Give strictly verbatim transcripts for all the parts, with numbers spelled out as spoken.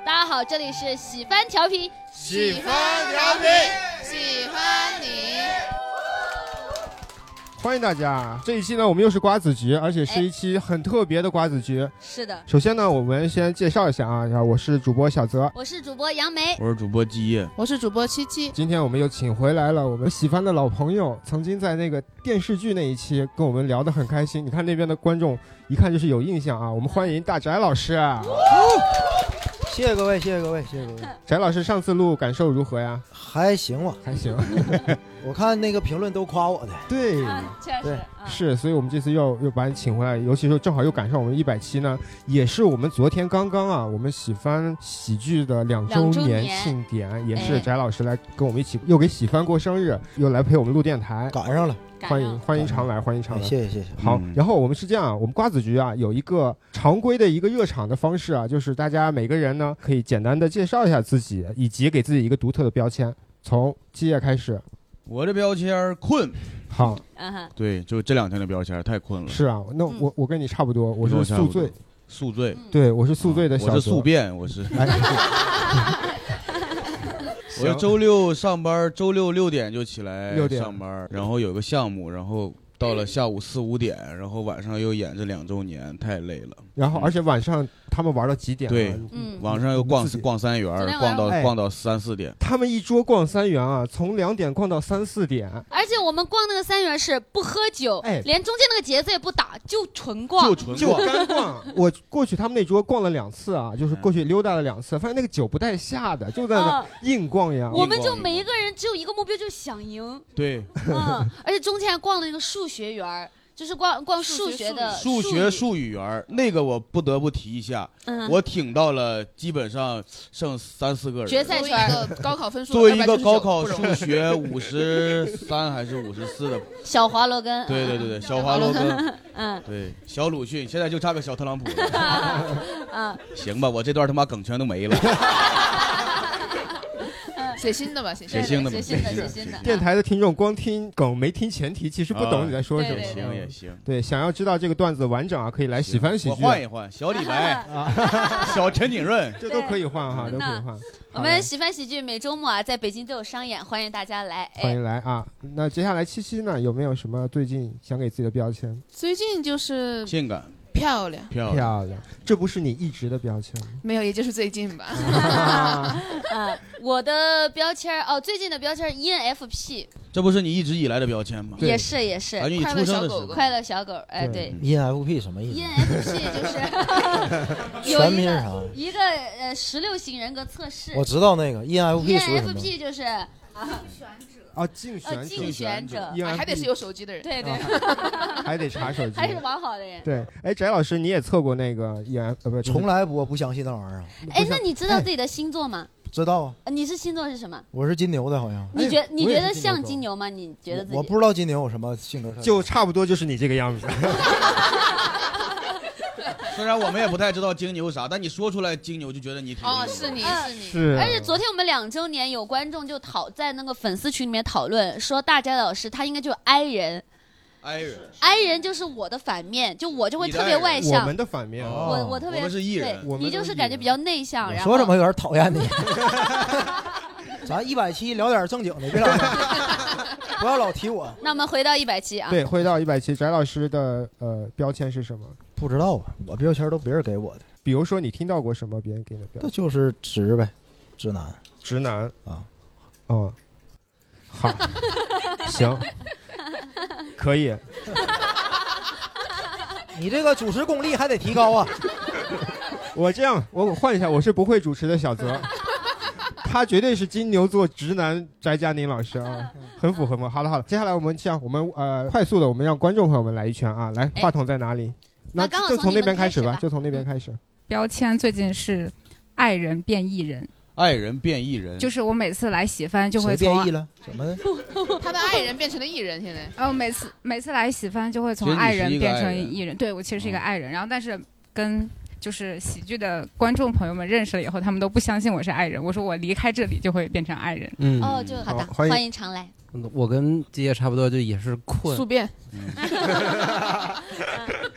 大家好，这里是喜欢调频， 喜欢调频， 喜欢你。 欢迎大家！这一期呢，我们又是瓜子局，而且是一期很特别的瓜子局。 是的。 首先呢，我们先介绍一下啊，我是主播小泽， 我是主播杨梅， 我是主播基业， 我是主播七七。 今天我们又请回来了我们喜欢的老朋友，曾经在那个电视剧那一期跟我们聊得很开心。你看那边的观众一看就是有印象啊，我们欢迎大翟老师。 谢谢各位，谢谢各位，谢谢各位。 翟老师上次录感受如何呀？ 还行吧， 还行。 我看那个评论都夸我的。 对， 啊、确实对、 嗯、 是，所以我们这次又又把你请回来，尤其是正好又赶上我们一百期呢，也是我们昨天刚刚啊，我们喜番喜剧的两周年庆典，也是翟老师来跟我们一起，又给喜番过生日，又来陪我们录电台， 赶上了。 欢迎欢迎常来，欢迎常来， 谢谢谢谢。 好，然后我们是这样啊，我们瓜子局啊有一个常规的一个热场的方式啊，就是大家每个人呢可以简单的介绍一下自己，以及给自己一个独特的标签。从基业开始。 我的标签困。 好， 嗯， 对，就这两天的标签太困了。 是啊，那我我跟你差不多，我是宿醉。 宿醉。 对，我是宿醉的小。 我是宿便，我是。我是周六上班，周六六点就起来上班，然后有个项目，然后到了下午四五点，然后晚上又演这两周年，太累了。 然后而且晚上他们玩到几点？ 对，嗯，晚上又逛逛三元，逛到逛到三四点。 他们一桌逛三元啊，从两点逛到三四点。 而且我们逛那个三元是不喝酒，哎，连中间那个节子也不打，就纯逛， 就纯就干逛。我过去他们那桌逛了两次啊，就是过去溜达了两次，发现那个酒不带下的，就在那硬逛呀。 我们就每一个人只有一个目标，就是想赢。 对， 嗯，而且中间还逛了那个数学园。就是逛逛数学的数学术语园，那个我不得不提一下，嗯、我挺到了基本上剩三四个人。 决赛圈高考分数， 作为一个高考数学五十三还是五十四的小华罗根， 对对对对，小华罗根，嗯，对，小鲁迅，现在就差个小特朗普了。嗯，行吧，我这段他妈梗全都没了。 写新的吧， 写新的吧， 写新的，写新的。 电台的听众光听梗没听前提，其实不懂你在说什么。 行也行。 对，想要知道这个段子完整啊，可以来喜番喜剧。 我换一换，小李白啊，小陈景润， 这都可以换哈，都可以换。 我们喜番喜剧每周末啊，在北京都有商演，欢迎大家来。 欢迎来啊！那接下来七七呢，有没有什么最近想给自己的标签？ 最近就是性感。 漂亮， 漂亮， 漂亮，这不是你一直的标签吗？ 没有，也就是最近吧。 啊，我的标签哦，最近的标签 E N F P， 这不是你一直以来的标签吗？ 也是也是， 感觉你出生的时候， 快乐小狗，哎对。 E N F P 什么意思 ？E N F P 就是有一个一个呃十六型人格测试。 我知道那个 E N F P 是什么 ？E N F P 就是啊。 啊，竞选者， 竞选者， 还得是有手机的人， 对对， 还得查手机， 还是网好的人。 对，哎，翟老师，你也测过那个 E N F P？ 呃，不， 从来我不相信那玩意儿啊。 哎，那你知道自己的星座吗？ 知道啊。 你是星座是什么？ 我是金牛的，好像。 你觉你觉得像金牛吗？你觉得自己？ 我不知道金牛有什么性格， 就差不多就是你这个样子。 虽然我们也不太知道金牛啥，但你说出来金牛就觉得你挺哦，是你是你是。 而且昨天我们两周年有观众就讨在那个粉丝群里面讨论说，大翟老师他应该就是 I 人。 I 人 ，I 人就是我的反面，就我就会特别外向。 我们的反面， 我我特别我们是 E 人， 你就是感觉比较内向。然后说什么有点讨厌你。咱一百期聊点正经的，别老不要老提我。 那我们回到一百期啊。 对，回到一百期，翟老师的呃标签是什么？ 不知道啊，我标签都别人给我的。 比如说你听到过什么别人给你的标签？ 那就是直呗，直男。 直男啊， 哦，好，行，可以。 你这个主持功力还得提高啊！ 我这样，我换一下，我是不会主持的小泽。他绝对是金牛座直男翟佳宁老师啊，很符合吗？好了好了，接下来我们这样，我们呃快速的，我们让观众朋友们来一圈啊，来，话筒在哪里？那就从那边开始吧，就从那边开始。 标签最近是爱人变艺人， 爱人变艺人， 就是我每次来喜番就会从变艺了，怎么的？ 他的爱人变成了艺人，现在。 哦，每次每次来喜番就会从爱人变成艺人，对我其实是一个爱人，然后但是跟就是喜剧的观众朋友们认识了以后，他们都不相信我是爱人，我说我离开这里就会变成爱人。 嗯，哦，就好的，欢迎常来。 我跟基业差不多，就也是困宿便。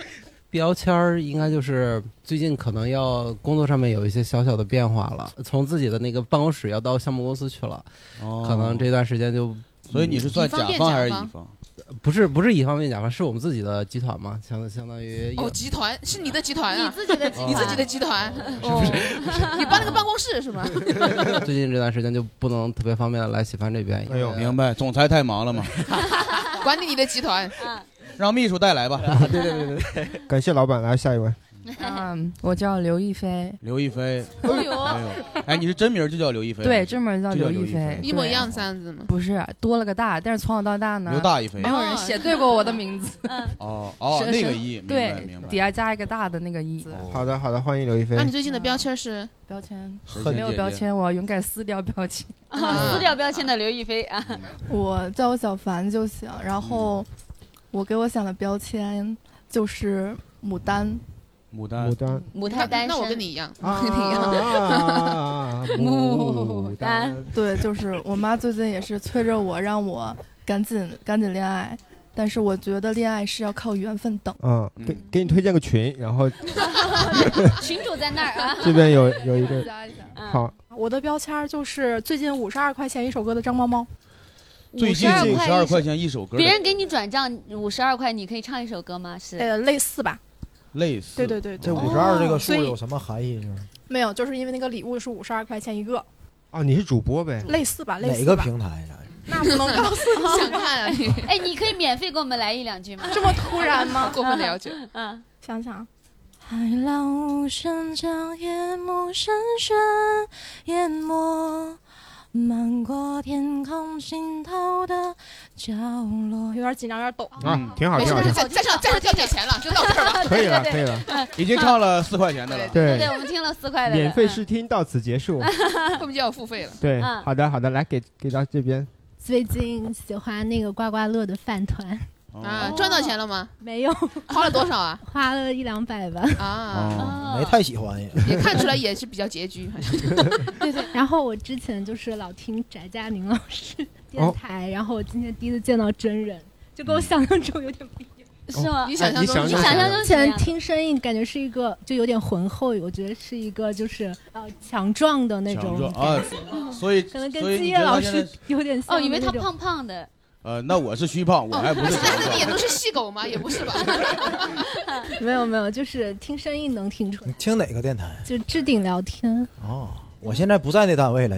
标签儿应该就是最近可能要工作上面有一些小小的变化了，从自己的那个办公室要到项目公司去了，哦、可能这段时间就， 所以你是算甲方还是乙方？ 不是不是乙方变甲方，是我们自己的集团嘛，相相当于哦，集团是你的集团啊， 你自己的集团， 你自己的集团，哦，你搬了个办公室是吗？ 最近这段时间就不能特别方便的来喜番这边。 哎呦，明白，总裁太忙了嘛， 管理你的集团。 让秘书带来吧。 啊、对对对对对，感谢老板。来下一位。 嗯，我叫刘亦菲。 刘亦菲。 哎呦， 哎，你是真名就叫刘亦菲？ 对，真名叫刘亦菲。 一模一样的三字吗？ 不是，多了个大，但是从小到大呢， 刘大亦菲， 没有人写对过我的名字。 哦哦，那个一， 对， 明白。 底下加一个大的那个一。 好的好的，欢迎刘亦菲。 那你最近的标签是？ 标签没有标签，我要勇敢撕掉标签。 撕掉标签的刘亦菲啊。 我叫我小凡就行，然后。我给我想的标签就是牡丹， 牡丹， 牡丹， 母胎单身。 那我跟你一样， 啊、 跟你一样。 啊、牡丹， 对，就是我妈最近也是催着我，让我赶紧赶紧恋爱，但是我觉得恋爱是要靠缘分等。 嗯，给给你推荐个群，然后群主在那儿啊。 这边有有一个，好， 我的标签就是最近五十二块钱一首歌的张猫猫。 最近五十二块钱一首歌， 别人给你转账五十二块，你可以唱一首歌吗？是呃，类似吧， 类似。 对对对， 这五十二这个数有什么含义？就是没有，就是因为那个礼物是五十二块钱一个。 哦，你是主播呗？ 类似吧，类似。 哪个平台呀？ 那不能告诉你。 想看啊你？ 哎，你可以免费给我们来一两句吗？ 这么突然吗？ 过分了解。 嗯， 想想。 海浪无声将夜幕深深淹没。漫过天空尽头的角落， 有点紧张，有点抖啊，挺好，挺好。 再再上，再上掉点钱了，就到这儿了。 可以了，可以了， 已经唱了四块钱的了。 对对，我们听了四块的。 免费试听到此结束， 后面就要付费了。 对，好的，好的，来给给到这边。 最近喜欢那个刮刮乐的饭团。 啊，赚到钱了吗？ 没有， 花了多少啊？ 花了一两百吧。 啊， 没太喜欢也。 也看出来也是比较拮据。 对对，然后我之前就是老听翟佳宁老师电台，然后我今天第一次见到真人，就跟我想象中有点不一样。 是吗？ 你想象中， 你想象中之前听声音感觉是一个就有点浑厚，我觉得是一个就是呃强壮的那种感觉，所以可能跟基业老师有点像。 哦，以为他胖胖的。 呃，那我是虚胖，我还不是。 那你也都是细狗吗？也不是吧？ 没有没有，就是听声音能听出来。 你听哪个电台？ 就置顶聊天。 哦，我现在不在那单位了。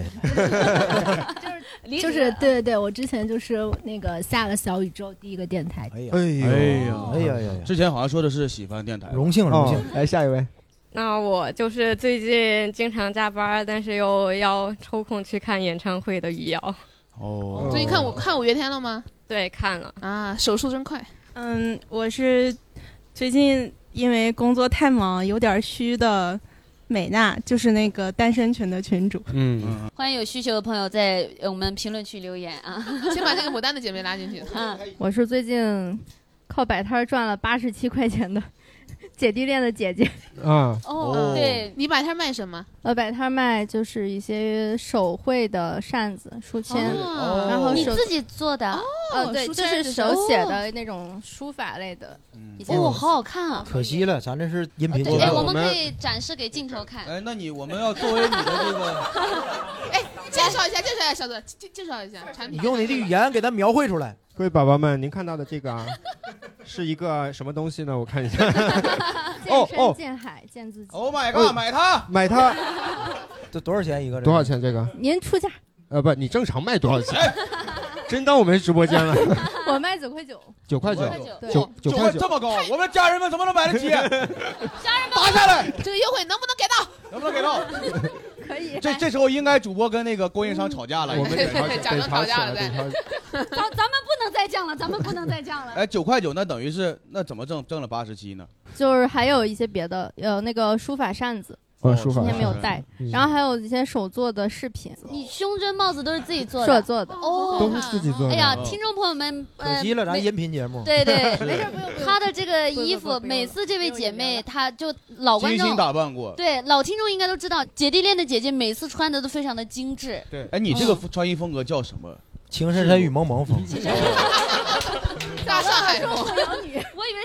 就是就是对对对，我之前就是那个下了小宇宙第一个电台。 哎呀哎呀哎呀呀！ 之前好像说的是喜欢电台， 荣幸荣幸。 来下一位。 那我就是最近经常加班，但是又要抽空去看演唱会的余姚。 哦， 最近看我看五月天了吗？ 对，看了啊，手速真快。 嗯，我是最近因为工作太忙，有点虚的美娜，就是那个单身群的群主。 嗯， 欢迎有需求的朋友在我们评论区留言啊， 先把这个牡丹的姐妹拉进去。 嗯， 我是最近靠摆摊赚了八十七块钱的姐弟恋的姐姐。 啊哦，对， 你摆摊卖什么？ 我摆摊卖就是一些手绘的扇子、书签， 哦、 然后你自己做的？ 哦，对，就是手写的那种书法类的。 哦，好好看啊！ 可惜了，咱这是音频节目。 哎，我们可以展示给镜头看。 哎，那你我们要作为你的这个， 哎，介绍一下，介绍一下，小子，介介绍一下产品。 你用你的语言给它描绘出来。 各位宝宝们，您看到的这个啊，是一个什么东西呢？我看一下。 哦哦，见海见自己。 Oh my god， 买它， 买它。 这多少钱一个？ 多少钱这个？ 您出价。 呃，不，你正常卖多少钱？真当我们是直播间了。 我卖九块九。 九块九， 九九块九， 这么高，我们家人们怎么能买得起？ 家人们打下来， 这个优惠能不能给到？ 能不能给到？ 可以。 这这时候应该主播跟那个供应商吵架了， 我们得吵假装吵架了， 咱咱们不能再降了，咱们不能再降了。 哎，九块九，那等于是那怎么挣挣了八十七呢？ 就是还有一些别的，有那个书法扇子。 哦，书法今天没有带，然后还有一些手做的饰品。 你胸针、帽子都是自己做的？ 是我做的， 哦， 都是自己做的。 哎呀，听众朋友们， 可惜了，咱音频节目。 对对， 没事，不用。 她的这个衣服，每次这位姐妹，她就老观众精心打扮过。 对，老听众应该都知道，姐弟恋的姐姐每次穿的都非常的精致。 对，哎，你这个穿衣风格叫什么？ 情深深雨蒙蒙风。 大上海风。 我以为是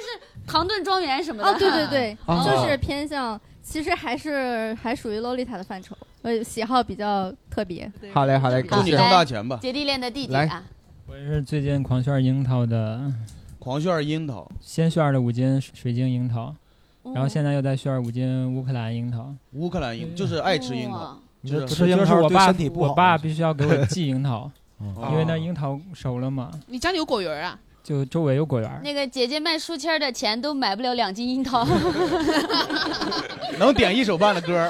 唐顿庄园什么的。 哦，对对对， 哦、 就是偏向，其实还是还属于洛丽塔的范畴，呃，喜好比较特别。 好嘞，好嘞， 祝你挣大钱吧。 姐弟恋的弟弟啊， 我是最近狂炫樱桃的， 狂炫樱桃， 先炫了五斤水晶樱桃，哦、然后现在又在炫五斤乌克兰樱桃。 乌克兰樱就是爱吃樱桃， 就是吃樱桃对身体不好。 我爸必须要给我寄樱桃，哦、因为那樱桃熟了嘛。 你家里有果园啊？ 就周围有果园。 那个姐姐卖书签的钱都买不了两斤樱桃。 能点一手办的歌。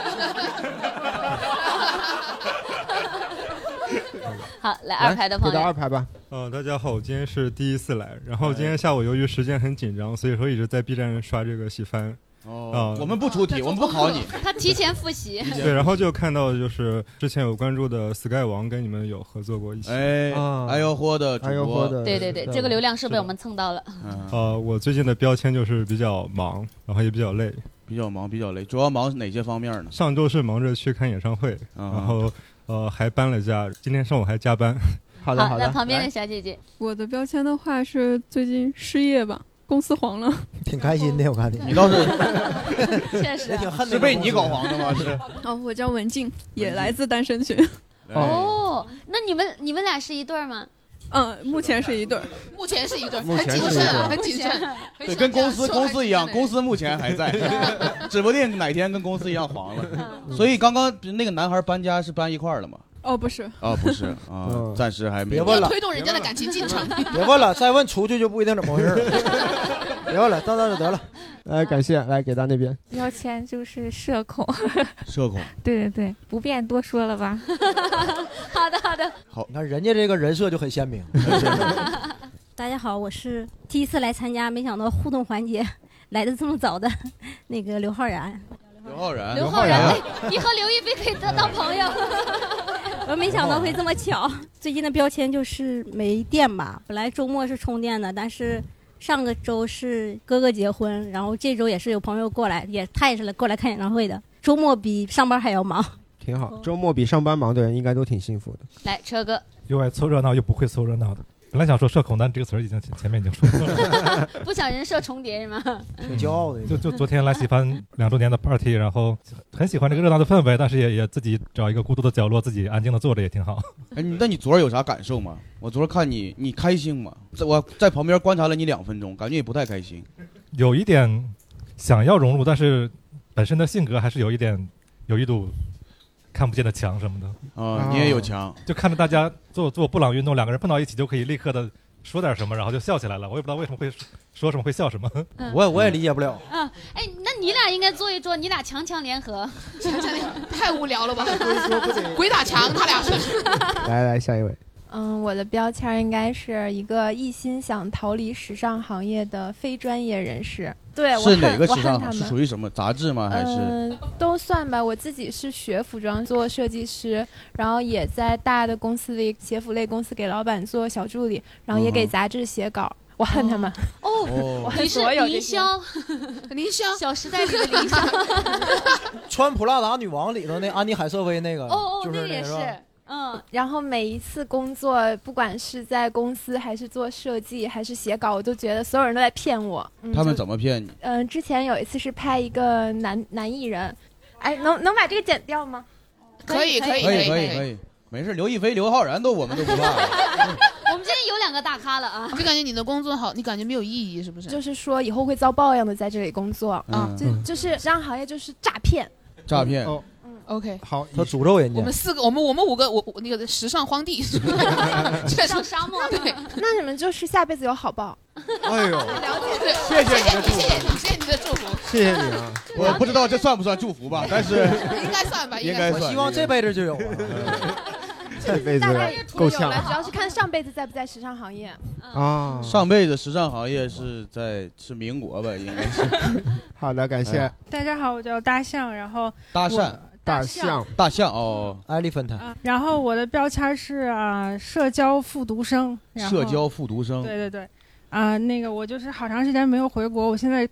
好，来二排的朋友。 回到二排吧。 呃，大家好，我今天是第一次来，然后今天下午由于时间很紧张，所以说一直在 B 站刷这个喜番。 哦、呃，我们不出题，我们不考你。 他提前复习。 对，然后就看到就是之前有关注的 Sky 王跟你们有合作过一起。 哎，哎呦嚯的主播， 对对对，这个流量是被我们蹭到了。 呃，我最近的标签就是比较忙，然后也比较累。 比较忙，比较累，主要忙哪些方面呢？ 上周是忙着去看演唱会， 嗯、 然后呃还搬了假，今天上午还加班。 好的好的。 那旁边的小姐姐， 我的标签的话是最近失业吧，公司黄了。 挺开心的，我看你。 你倒是， 确实、 啊、也挺恨。 是被你搞黄的吗？是。 哦，我叫文静，也来自单身群。 哦，那你们你们俩是一对吗？ 嗯，目前是一对， 目前是一对， 很谨慎啊，很谨慎。 对，跟公司公司一样，公司目前还在，指不定哪天跟公司一样黄了。所以刚刚那个男孩搬家是搬一块儿了吗？ 哦，不是。 哦，不是啊，嗯、暂时还没。 别问了， 推动人家的感情进程。 别问了，再问出去就不一定怎么回事了。别问了，到那就得了。 来，感谢，来给到那边。 标签就是社恐。 社恐。 对对对，不便多说了吧。 好的好的。 好，你看人家这个人设就很鲜明。 大家好，我是第一次来参加，没想到互动环节来的这么早的那个刘浩然。 刘浩然， 刘浩然，你和刘亦菲可以当朋友。 我没想到会这么巧。最近的标签就是没电吧，本来周末是充电的，但是上个周是哥哥结婚，然后这周也是有朋友过来，也他也是来过来看演唱会的。周末比上班还要忙。 挺好，周末比上班忙的人应该都挺幸福的。 来，车哥， 又爱凑热闹又不会凑热闹的。本来想说社恐，但这个词儿已经前面已经说过了。 不想人设重叠是吗？ 挺骄傲的。 就就昨天来喜番两周年的 party， 然后很喜欢这个热闹的氛围，但是也也自己找一个孤独的角落，自己安静的坐着也挺好。 哎，你那你昨儿有啥感受吗？我昨儿看你，你开心吗？我在旁边观察了你两分钟，感觉也不太开心。 有一点想要融入，但是本身的性格还是有一点有一堵看不见的墙什么的啊、哦，你也有墙， 就看着大家做做布朗运动，两个人碰到一起就可以立刻的说点什么，然后就笑起来了。我也不知道为什么会说什么会笑什么， 嗯、 我也我也理解不了。 嗯，哎，那你俩应该做一桌，你俩强强联合， 强强联合太无聊了吧？鬼打墙，他俩是。 来来，下一位。 嗯，我的标签应该是一个一心想逃离时尚行业的非专业人士。对， 是哪个时尚行？ 是属于什么杂志吗？还是？ 嗯，都算吧。我自己是学服装做设计师，然后也在大的公司里鞋服类公司给老板做小助理，然后也给杂志写稿。嗯、我恨他们哦！ 我你是凌霄， 凌霄， 小时代里的凌霄， 穿普拉达女王里头那安妮海瑟薇那个， 哦哦， 就是那个也是。 嗯， 然后每一次工作，不管是在公司还是做设计还是写稿，我都觉得所有人都在骗我。 嗯、他们怎么骗你？ 嗯、呃，之前有一次是拍一个男男艺人，哎，能能把这个剪掉吗？ 可以可以可以可以可以，没事，刘亦菲、刘昊然都我们都不怕。 我们今天有两个大咖了啊！ 就感觉你的工作好，你感觉没有意义，是不是？ 就是说以后会遭报应的，在这里工作啊， 嗯、 就就是时尚行业就是诈骗。 诈骗。 哦 OK， 好， 他诅咒人家。 我们四个，我们我们五个，我我那个时尚荒地，时尚沙漠。 对，那你们就是下辈子有好报。 哎呦， 了解， 谢谢你的祝福， 谢谢你，谢谢你的祝福， 谢谢你啊！ 我不知道这算不算祝福吧，但是应该算吧， 应该算。 我希望这辈子就有啊。 这辈子够呛， 主要是看上辈子在不在时尚行业啊。 上辈子时尚行业是在是民国吧，应该是。 好的，感谢。 大家好，我叫大象，然后大象。 大象， 大象哦， 艾利芬特。 然后我的标签是啊、呃，社交复读生。 社交复读生。 对对对，啊、呃，那个我就是好长时间没有回国，我现在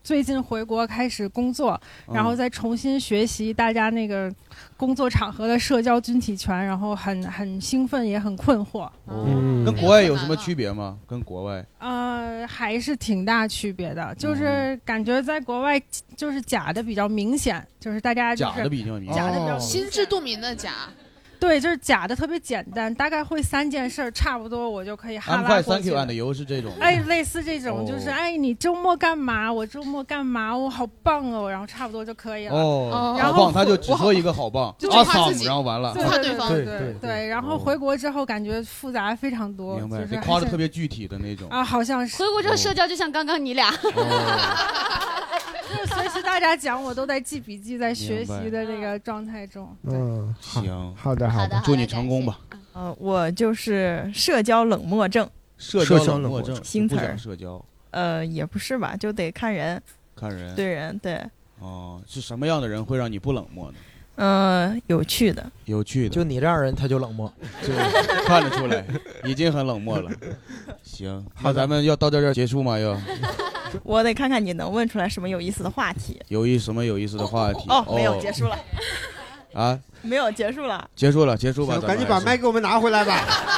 最近回国开始工作，然后再重新学习大家那个工作场合的社交军体拳，然后很很兴奋，也很困惑。 嗯，跟国外有什么区别吗？跟国外？ 呃，还是挺大区别的，就是感觉在国外就是假的比较明显，就是大家就是假的比较明显， 假的比较心知肚明的假。 对，就是假的特别简单，大概会三件事，差不多我就可以哈拉过去。 I'm fine, thank you, and you 是这种。 哎，类似这种， 哦、 就是哎，你周末干嘛？我周末干嘛？我好棒哦，然后差不多就可以了。 哦， 然后好棒，他就只说一个好棒， 就阿桑，然后完了。 对对对对对对。然后回国之后感觉复杂非常多， 明白， 就是夸的特别具体的那种啊，好像是。 回国之后社交就像刚刚你俩。 就是随时大家讲，我都在记笔记，在学习的那个状态中。 嗯， 行， 好的好的， 祝你成功吧。 呃，我就是社交冷漠症。 社交冷漠症， 新词儿。 社交。 呃，也不是吧，就得看人。 看人。 对人，对。 哦，是什么样的人会让你不冷漠呢？ 嗯、呃，有趣的。 有趣的。 就你这样人，他就冷漠。 就看得出来，已经很冷漠了。行，那咱们要到这儿结束吗？要。 我得看看你能问出来什么有意思的话题。 有意什么有意思的话题？ 哦，没有，结束了。 啊？ 没有，结束了。 结束了，结束吧。 赶紧把麦给我们拿回来吧。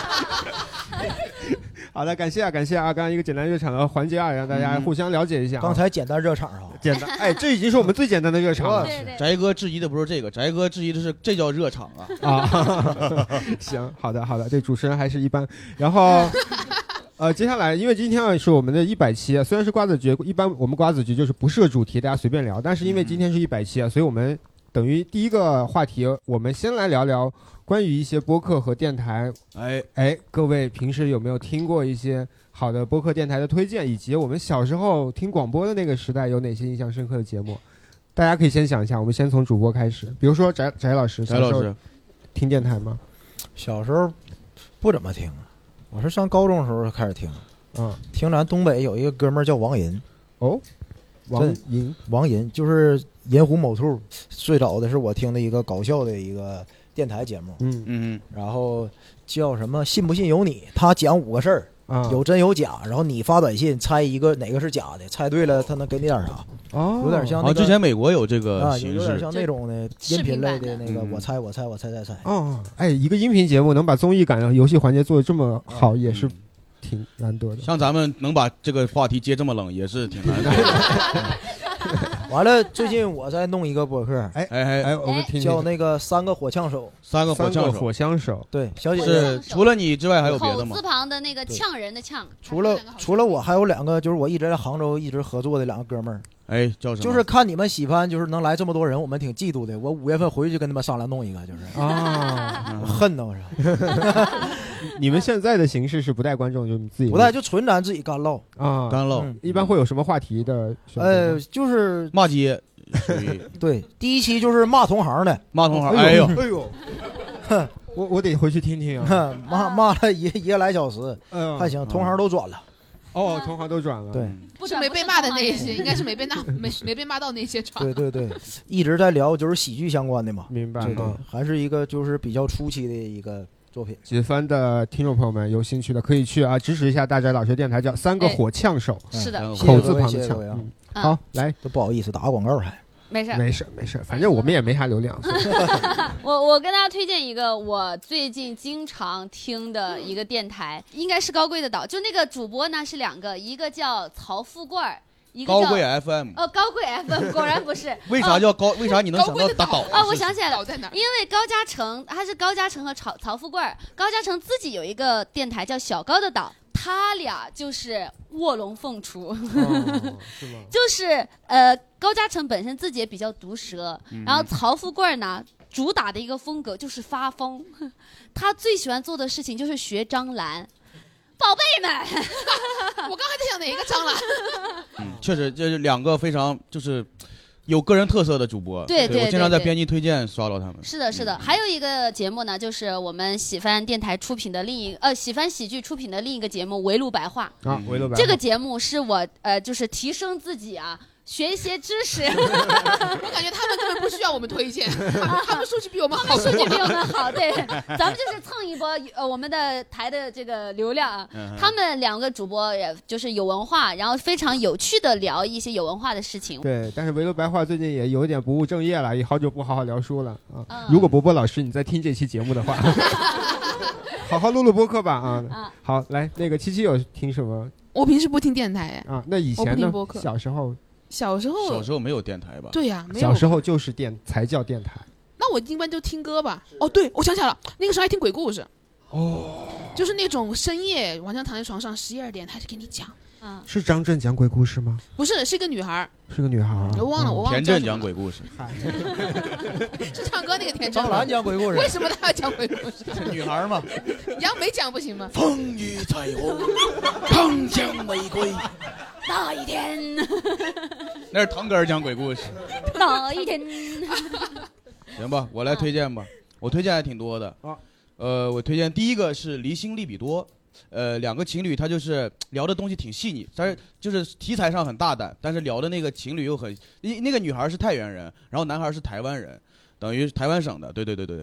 好的，感谢啊，感谢啊！刚刚一个简单热场的环节啊，让大家互相了解一下、啊。 刚才简单热场啊， 简单，哎，这已经是我们最简单的热场了。 翟哥质疑的不是这个，翟哥质疑的是这叫热场啊。 啊，行，好的，好的，这主持人还是一般。然后。呃，接下来因为今天是我们的一百期，虽然是瓜子局，一般我们瓜子局就是不设主题，大家随便聊。但是因为今天是一百期啊，所以我们等于第一个话题，我们先来聊聊关于一些播客和电台。 哎哎，各位平时有没有听过一些好的播客电台的推荐，以及我们小时候听广播的那个时代有哪些印象深刻的节目？大家可以先想一下，我们先从主播开始，比如说翟翟老师， 翟老师听电台吗？ 小时候不怎么听。我是上高中的时候开始听， 嗯， 听咱东北有一个哥们儿叫王银， 哦，王银， 王银就是银狐某兔，最早的是我听的一个搞笑的一个电台节目， 嗯嗯， 然后叫什么信不信由你，他讲五个事儿， 啊， 有真有假，然后你发短信猜一个哪个是假的，猜对了他能给你点啥， 哦， 有点像那个、 哦，之前美国有这个啊， 形式， 有点像那种的音频类的那个，我猜我猜我猜猜猜， 哦，哎，一个音频节目能把综艺感的游戏环节做得这么好，也是。挺难得的， 像咱们能把这个话题接这么冷，也是挺难得的。 完了，最近我在弄一个播客， 哎哎哎，我们听叫那个三个火枪手， 三个火枪手， 火枪手， 对，小姐姐是除了你之外还有别的吗？ 口字旁的那个呛人的呛， 除了除了我还有两个，就是我一直在杭州一直合作的两个哥们儿。 哎，叫什么？ 就是看你们喜欢，就是能来这么多人，我们挺嫉妒的。我五月份回去就跟他们商量弄一个，就是啊， 我恨呐，我说。 你们现在的形式是不带观众，就你自己不带，就纯咱自己干唠啊， 干唠。 一般会有什么话题的？ 呃，就是骂街， 对，第一期就是骂同行的， 骂同行。哎呦， 哎呦，我我得回去听听啊，骂骂了一一个来小时，还行，同行都转了。 哦，同行都转了， 对， 不是没被骂的那一些，应该是没被骂没没被骂到那些转。 对对对，一直在聊就是喜剧相关的嘛， 明白？ 对对，还是一个就是比较初期的一个作品。 几番的听众朋友们有兴趣的可以去啊支持一下大宅老师电台，叫三个火枪手， 是的， 口字旁的枪。好，来， 都不好意思打广告还。 没事没事没事，反正我们也没啥流量。 我我跟大家推荐一个我最近经常听的一个电台，应该是高贵的岛。就那个主播呢是两个，一个叫曹富贵，一个叫高贵 F M。 哦，高贵 F M 果然不是。 为啥叫高？为啥你能想到打岛？ 哦，我想起来了，因为高嘉诚他是高嘉诚和曹曹富贵，高嘉诚自己有一个电台叫小高的岛。他俩就是卧龙凤雏，哦、是就是呃，高嘉诚本身自己也比较毒舌，嗯、然后曹富贵呢，主打的一个风格就是发疯，他最喜欢做的事情就是学张兰，宝贝们， 我刚才在想哪一个张兰？ 嗯，确实这是两个非常就是有个人特色的主播， 对 对, 对, 对， 我经常在编辑推荐刷到他们。 是的，是的，嗯、还有一个节目呢，就是我们喜番电台出品的另一呃喜番喜剧出品的另一个节目《围炉白话》 啊，围炉白话这个节目是我呃就是提升自己啊。 学一些知识。 我感觉他们根本不需要我们推荐，他们数据比我们好， 数据比我们好。对，咱们就是蹭一波呃我们的台的这个流量啊。嗯、他们两个主播也就是有文化，然后非常有趣的聊一些有文化的事情。 对，但是维罗白话最近也有点不务正业了，也好久不好好聊书了啊。嗯、如果伯伯老师你在听这期节目的话，好好录录播客吧啊。啊好，来那个七七有听什么？ 我平时不听电台啊，那以前呢？小时候。 小时候， 小时候没有电台吧？ 对呀、啊， 小时候就是电才叫电台。 那我一般就听歌吧。哦，对，我想起来了，那个时候还听鬼故事。哦，就是那种深夜晚上躺在床上十一二点，他就给你讲。 嗯，是张震讲鬼故事吗？ 不是，是一个女孩。 是个女孩。 我忘了，我忘了。 田震讲鬼故事。 是唱歌那个田震。 张兰讲鬼故事。 为什么他要讲鬼故事？ 女孩嘛。 杨梅讲不行吗？ 风雨彩虹，铿锵玫瑰。 那一天， 那是腾格尔讲鬼故事。 那一天， 行吧，我来推荐吧。我推荐还挺多的。呃，我推荐第一个是离心利比多。呃，两个情侣他就是聊的东西挺细腻，但是就是题材上很大胆，但是聊的那个情侣又很，那个女孩是太原人，然后男孩是台湾人，等于台湾省的。对对对对。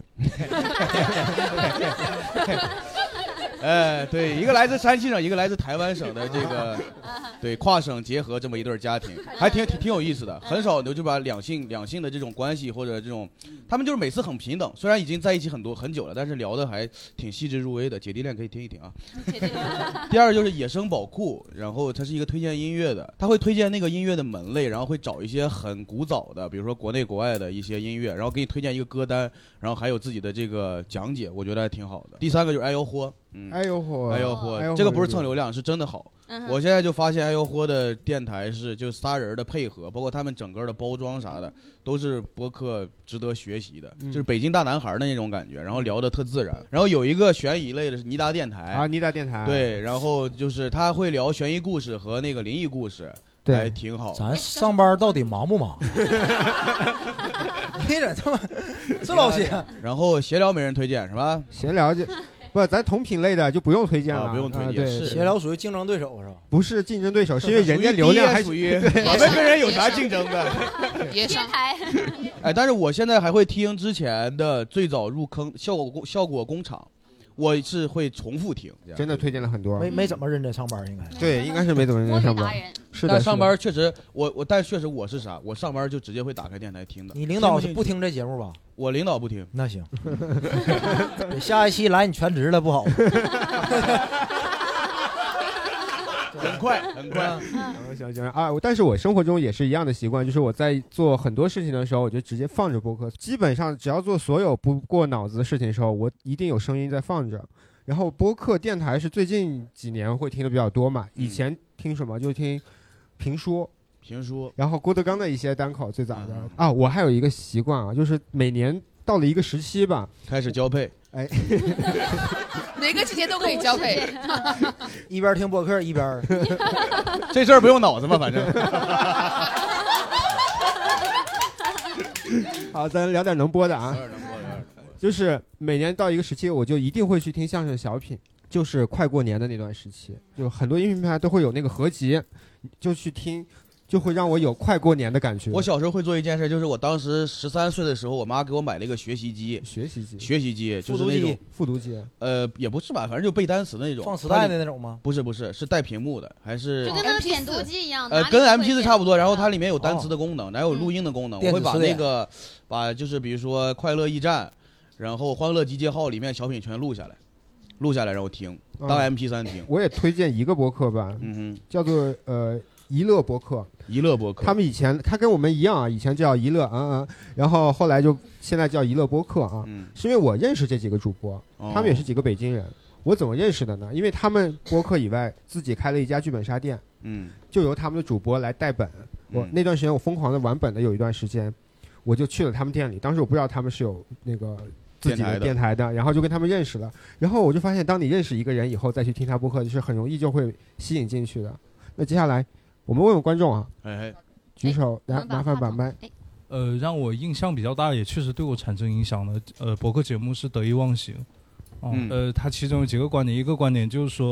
哎，对，一个来自山西省，一个来自台湾省的这个，对，跨省结合这么一对家庭，还挺挺挺有意思的。很少就把两性两性的这种关系或者这种，他们就是每次很平等，虽然已经在一起很多很久了，但是聊的还挺细致入微的。姐弟恋可以听一听啊。第二就是野生宝库，然后它是一个推荐音乐的，他会推荐那个音乐的门类，然后会找一些很古早的，比如说国内国外的一些音乐，然后给你推荐一个歌单，然后还有自己的这个讲解，我觉得还挺好的。第三个就是哎呦嚯。嗯， 哎呦嚯， 哎呦嚯，这个不是蹭流量，是真的好。嗯、我现在就发现哎呦嚯的电台是就仨人的配合，包括他们整个的包装啥的，都是播客值得学习的，嗯、就是北京大男孩的那种感觉，然后聊得特自然。然后有一个悬疑类的是尼达电台啊，尼达电台对，然后就是他会聊悬疑故事和那个灵异故事。对，还挺好。 咱上班到底忙不忙？你这他妈这老些。 然后闲聊没人推荐是吧？ 闲聊就。不，咱同品类的就不用推荐了， 啊、不用推荐。 对， 闲聊属于竞争对手是吧？ 不是竞争对手，是因为人家流量还属于我们跟人有啥竞争的？ 贴台。 哎，但是我现在还会听之前的最早入坑效果工效果工厂，我是会重复听。 真的推荐了很多。 没没怎么认真上班，应该。 对，应该是没怎么认真上班。是的。 但上班确实，我我但确实我是啥？我上班就直接会打开电台听的。 你领导是不听这节目吧？ 我领导不听。 那行。下一期来你全职了不好。 很快很快。 行行啊！但是我生活中也是一样的习惯，就是我在做很多事情的时候，我就直接放着播客。基本上只要做所有不过脑子的事情的时候，我一定有声音在放着。然后播客电台是最近几年会听的比较多嘛，以前听什么就听评书。 评书， 然后郭德纲的一些单口最早的、嗯、啊，我还有一个习惯啊，就是每年到了一个时期吧， 开始交配， 哎， 哪个季节都可以交配， 一边听播客一边， 这事儿不用脑子嘛，反正。 好，咱聊点能播的啊，就是每年到一个时期，我就一定会去听相声小品。就是快过年的那段时期，就很多音频平台都会有那个合集，就去听，就会让我有快过年的感觉。 我小时候会做一件事，就是我当时十三岁的时候，我妈给我买了一个学习机， 学习机， 学习机，就是那种复读机， 呃，也不是吧，反正就背单词的那种， 放磁带的那种吗？ 不是不是，是带屏幕的，还是就跟那个点读机一样， 呃，跟 M P 四 差不多，然后它里面有单词的功能，然后有录音的功能， 哦、 我会把那个把就是比如说快乐驿站，然后欢乐集结号里面小品全录下来。录下来然后听，当 M P 三 听、嗯。 我也推荐一个播客吧， 嗯哼， 叫做呃娱乐播客。 娱乐播客， 他们以前他跟我们一样啊，以前叫娱乐，嗯嗯，然后后来就现在叫娱乐播客啊，嗯，是因为我认识这几个主播，哦、他们也是几个北京人。我怎么认识的呢？因为他们播客以外自己开了一家剧本杀店， 嗯， 就由他们的主播来带本。我、嗯、那段时间我疯狂的玩本的有一段时间，我就去了他们店里，当时我不知道他们是有那个。自己的电台的，然后就跟他们认识了，然后我就发现，当你认识一个人以后，再去听他播客，是很容易就会吸引进去的。那接下来，我们问问观众啊， 哎， 举手来，麻烦把麦。 呃，让我印象比较大，也确实对我产生影响的，呃，播客节目是得意忘形。嗯，呃，他其中有几个观点，一个观点就是说，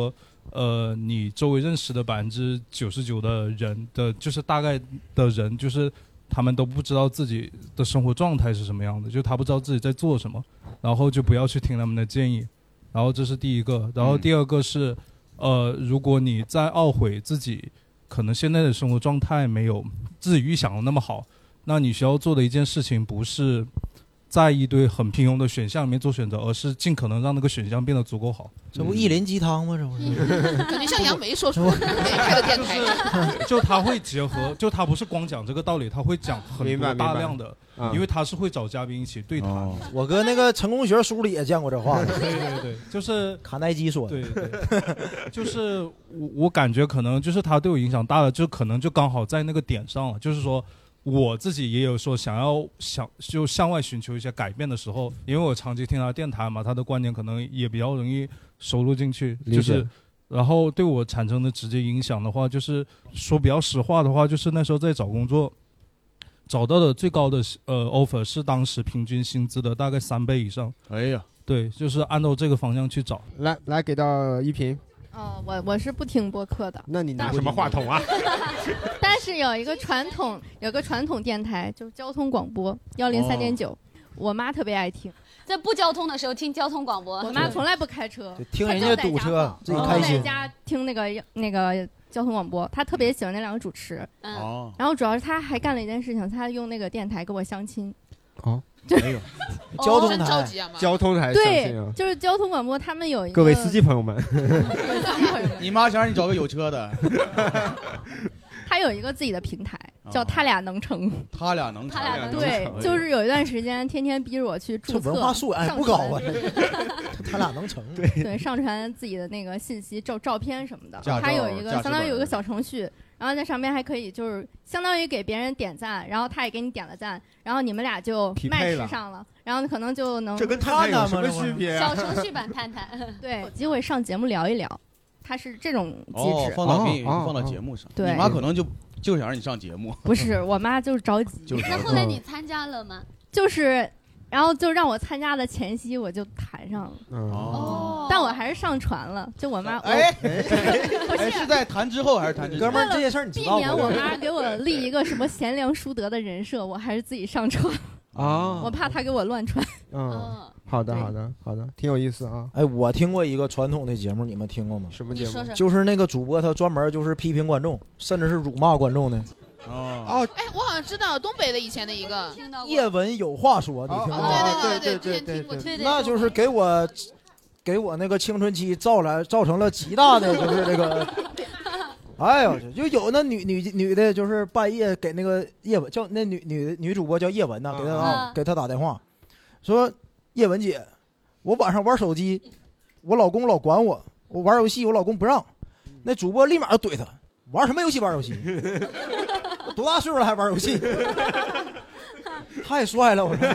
呃，你周围认识的百分之九十九的人的，就是大概的人，就是他们都不知道自己的生活状态是什么样的，就他不知道自己在做什么，然后就不要去听他们的建议。然后这是第一个，然后第二个是，嗯、呃，如果你在懊悔自己可能现在的生活状态没有自己预想的那么好，那你需要做的一件事情不是在一堆很平庸的选项里面做选择，而是尽可能让那个选项变得足够好。 这不一林鸡汤吗？这不是？ 感觉像杨梅说出开的电台。 就他会结合，就他不是光讲这个道理，他会讲很多大量的，因为他是会找嘉宾一起对谈。哦、 我哥那个成功学书里也见过这话。 对对对，就是卡耐基说的。对对，就是我我感觉可能就是他对我影响大了，就可能就刚好在那个点上了，就是说。我自己也有说想要想就向外寻求一些改变的时候，因为我长期听他的电台嘛，他的观点可能也比较容易收录进去，就是然后对我产生的直接影响的话，就是说比较实话的话，就是那时候在找工作找到的最高的呃 offer 是当时平均薪资的大概三倍以上。 哎呀， 对，就是按照这个方向去找。 来来，给到一平。 哦，我我是不听播客的。 那你拿什么话筒啊？ 但是有一个传统，有个传统电台，就是交通广播幺零三点九，我妈特别爱听。 在不交通的时候听交通广播， 我妈从来不开车， 听人家堵车，自己开心。 在家听那个那个交通广播，她特别喜欢那两个主持。 嗯。 然后主要是她还干了一件事情，她用那个电台给我相亲。 哦。 没有，交通台， 交通台， 对，就是交通广播，他们有一个各位司机朋友们， 你妈想让你找个有车的， 他有一个自己的平台，叫他俩能成， 他俩能成， 他俩对，就是有一段时间天天逼着我去注册， 文化素养不高啊，他俩能成， 对对，上传自己的那个信息、照照片什么的，他有一个相当于有一个小程序。然后在上面还可以就是相当于给别人点赞，然后他也给你点了赞，然后你们俩就match上了，然后可能就能这跟探探有什么区别？ 小程序版探探， 对，有机会上节目聊一聊，它是这种机制， 哦、放到给你、哦、放到节目上。 对， 你妈可能就就想让你上节目。 不是，我妈就是着急。 就是那后来你参加了吗？ 就是。然后就让我参加的前夕，我就谈上了。 哦， 但我还是上传了。就我妈， 哎，哎，是在谈之后还是谈之前？ 哥们儿，这件事儿你知道吗？ 避免我妈给我立一个什么贤良淑德的人设，我还是自己上传。 啊， 我怕她给我乱传。 嗯，好的，好的，好的，挺有意思啊。 哎，我听过一个传统的节目，你们听过吗？ 什么节目？ 就是那个主播他专门就是批评观众，甚至是辱骂观众的。 哦哦， 哎，我好像知道东北的以前的一个叶文有话说，你听过吗？ 对对对对对对， 那就是给我给我那个青春期造来造成了极大的就是这个，哎呦，就有那女女女的，就是半夜给那个叶文叫那女女女主播叫叶文呐，给她啊给她打电话，说叶文姐，我晚上玩手机，我老公老管我，我玩游戏我老公不让，那主播立马就怼他。玩什么游戏？玩游戏？多大岁数了还玩游戏？太帅了！我说，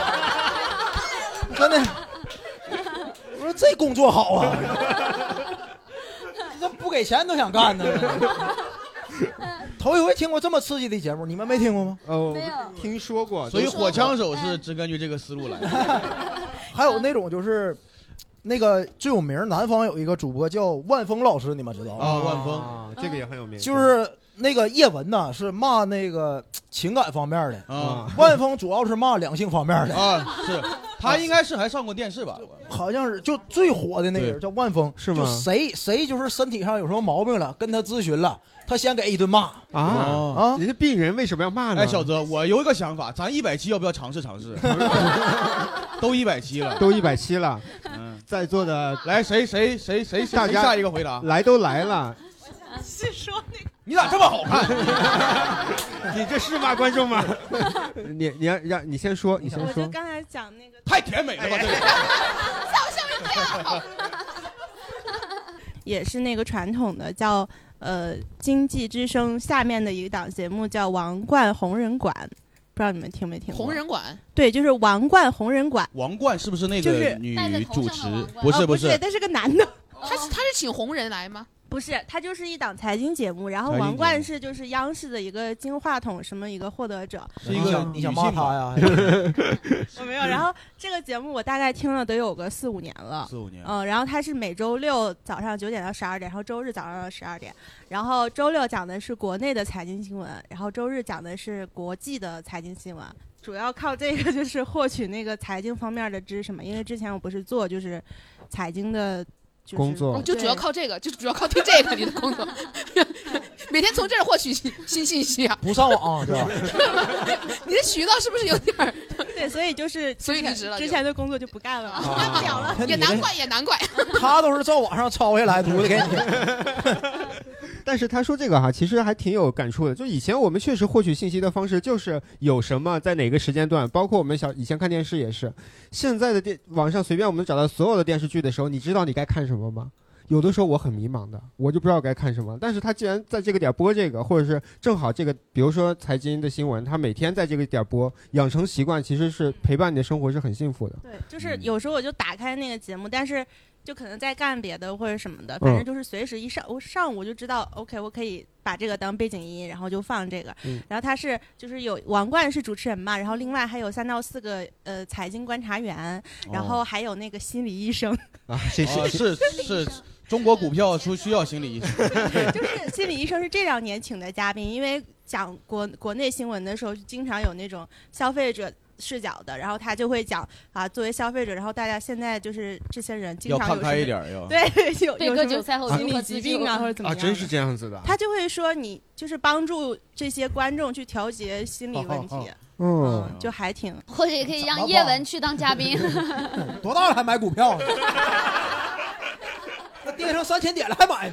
真的，我说这工作好啊，这不给钱都想干呢。头一回听过这么刺激的节目，你们没听过吗？ 哦，没有，听说过。 所以火枪手是只根据这个思路来的。 还有那种就是。那个最有名，南方有一个主播叫万峰老师，你们知道吗？ 啊，万峰， 啊，这个也很有名。 就是那个叶文呐，是骂那个情感方面的啊， 万峰主要是骂两性方面的啊。是，他应该是还上过电视吧？ 好像是，就最火的那个人叫万峰， 是吗？ 就谁谁就是身体上有什么毛病了，跟他咨询了，他先给一顿骂啊啊！人家病人为什么要骂呢？ 哎，小泽，我有一个想法，咱一百期要不要尝试尝试？都一百期了， 都一百期了。 嗯， 在座的来谁谁谁谁大家下一个回答？ 来都来了， 是说那个你咋这么好看？ 你这是骂观众吗？你你要让你先说，你先说。 我就刚才讲那个太甜美了吧，这个笑笑也是那个传统的叫呃经济之声下面的一档节目叫王冠红人馆。不知道你们听没听过？ 红人馆， 对，就是王冠红人馆。 王冠是不是那个女主持？不是不不是， 那是个男的。 他是他是请红人来吗？ 不是，它就是一档财经节目，然后王冠是就是央视的一个金话筒什么一个获得者。 是一个你想骂他呀？ 我没有。然后这个节目我大概听了得有个四五年了。 四五年。 嗯，然后它是每周六早上九点到十二点，然后周日早上十二点，然后周六讲的是国内的财经新闻，然后周日讲的是国际的财经新闻。主要靠这个就是获取那个财经方面的知识嘛，因为之前我不是做就是财经的。就是、 工作就主要靠这个，就主要靠听这个你的工作，每天从这儿获取新新信息啊！ 不上网是吧？ 你的渠道是不是有点儿？ 对，所以就是所以离职了， 之前的工作就不干了， 啊、 屌了， 也难怪，也难怪， 他都是照网上抄下来读的给你。 但是他说这个哈，其实还挺有感触的。就以前我们确实获取信息的方式就是有什么在哪个时间段，包括我们小以前看电视也是。现在的电网上随便我们找到所有的电视剧的时候，你知道你该看什么吗？有的时候我很迷茫的，我就不知道该看什么。但是他既然在这个点播这个，或者是正好这个，比如说财经的新闻，他每天在这个点播，养成习惯，其实是陪伴你的生活是很幸福的。 对，就是有时候我就打开那个节目，但是就可能在干别的或者什么的，反正就是随时一上我上午就知道 OK 我可以把这个当背景音，然后就放这个、嗯、然后他是就是有王冠是主持人嘛，然后另外还有三到四个呃财经观察员、哦、然后还有那个心理医生啊，是是是中国股票出需要心理医生就是心理医生是这两年请的嘉宾，因为讲国国内新闻的时候经常有那种消费者视角的，然后他就会讲啊，作为消费者，然后大家现在就是这些人经常有要看开一点，要对有被割韭菜后心理疾病啊或者怎么样啊，真是这样子的。 他就会说你就是帮助这些观众去调节心理问题， 嗯、 哦，就还挺， 或者也可以让叶文去当嘉宾。 多大了还买股票呢？那跌上三千点了还买呢？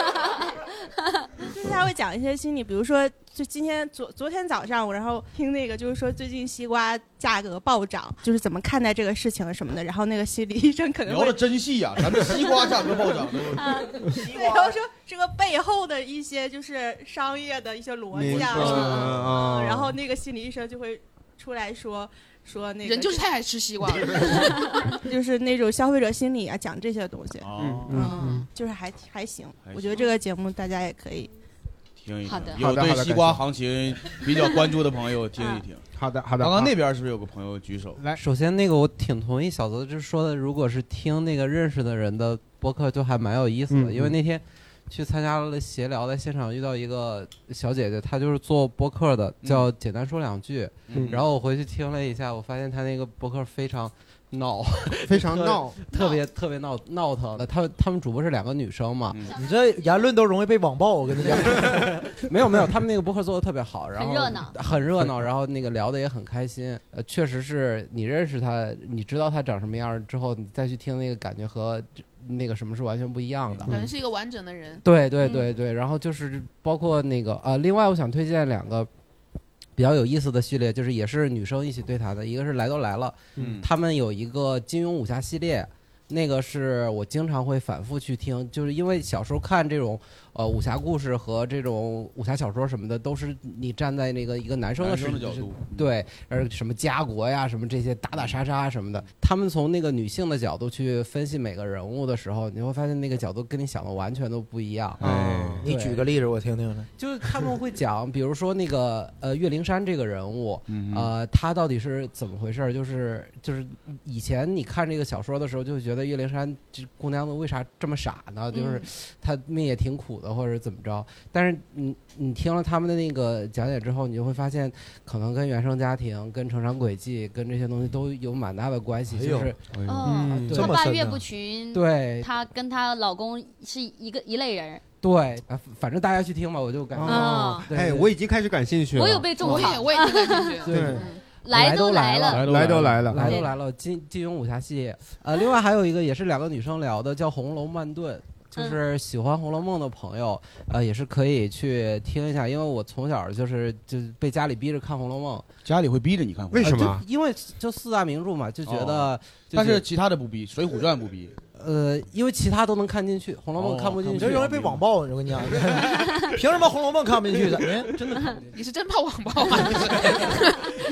就是他会讲一些心理，比如说，就今天昨昨天早上我然后听那个，就是说最近西瓜价格暴涨，就是怎么看待这个事情什么的。然后那个心理医生可能会聊的真细呀、啊，咱们西瓜价格暴涨， 对，然后说这个背后的一些就是商业的一些逻辑啊什么的、嗯，然后那个心理医生就会出来说。说那个人就是太爱吃西瓜了，就是那种消费者心理啊，讲这些东西， 哦、 嗯, 嗯，就是还还行。我觉得这个节目大家也可以听一听。 好的， 有对西瓜行情比较关注的朋友听一听。 好的，好的。 刚刚那边是不是有个朋友举手？ 来， 首先那个我挺同意小泽就是说的，如果是听那个认识的人的播客，就还蛮有意思的，嗯、因为那天。去参加了闲聊，在现场遇到一个小姐姐，她就是做播客的，叫简单说两句、嗯、然后我回去听了一下，我发现她那个播客非常闹， 非常闹， 特别特别闹闹腾的。他他们主播是两个女生嘛， 嗯、你这言论都容易被网暴，我跟你讲。 没有没有，他们那个播客做的特别好，然后很热闹， 很热闹，然后那个聊的也很开心。呃，确实是你认识他，你知道他长什么样之后，你再去听那个感觉和那个什么是完全不一样的。 可能是一个完整的人。 对对对对，嗯、然后就是包括那个呃，另外我想推荐两个。比较有意思的系列，就是也是女生一起对谈的，一个是来都来了，嗯，他们有一个金庸武侠系列，那个是我经常会反复去听，就是因为小时候看这种呃武侠故事和这种武侠小说什么的，都是你站在那个一个男生的视角度， 对，而什么家国呀，什么这些打打杀杀什么的，他们从那个女性的角度去分析每个人物的时候，你会发现那个角度跟你想的完全都不一样。 哎，你举个例子我听听。 就是他们会讲，比如说那个呃岳灵珊这个人物，呃，他到底是怎么回事？就是就是以前你看这个小说的时候，就会觉得岳灵珊这姑娘子为啥这么傻呢？就是她命也挺苦的，或者怎么着。但是你你听了他们的那个讲解之后，你就会发现，可能跟原生家庭、跟成长轨迹、跟这些东西都有蛮大的关系。就是， 嗯，她爸岳不群， 对， 她跟她老公是一个一类人。 对，反正大家去听吧，我就感觉。 哦，哎，我已经开始感兴趣了。 我有被种草， 我也挺感兴趣。 对。 来都来了， 来都来了， 来都来了！金金庸武侠系列，呃，另外还有一个也是两个女生聊的，叫《红楼慢炖》，就是喜欢《红楼梦》的朋友，呃，也是可以去听一下。因为我从小就是就被家里逼着看《红楼梦》， 家里会逼着你看， 为什么？ 呃、因为就四大名著嘛，就觉得、哦就。但是其他的不逼，《水浒传》不逼。 呃，因为其他都能看进去，《红楼梦》看不进去， 这、哦、容易被网暴。我跟你讲，凭什么《红楼梦》看不进去的？ 真的看不进去， 你是真怕网暴啊？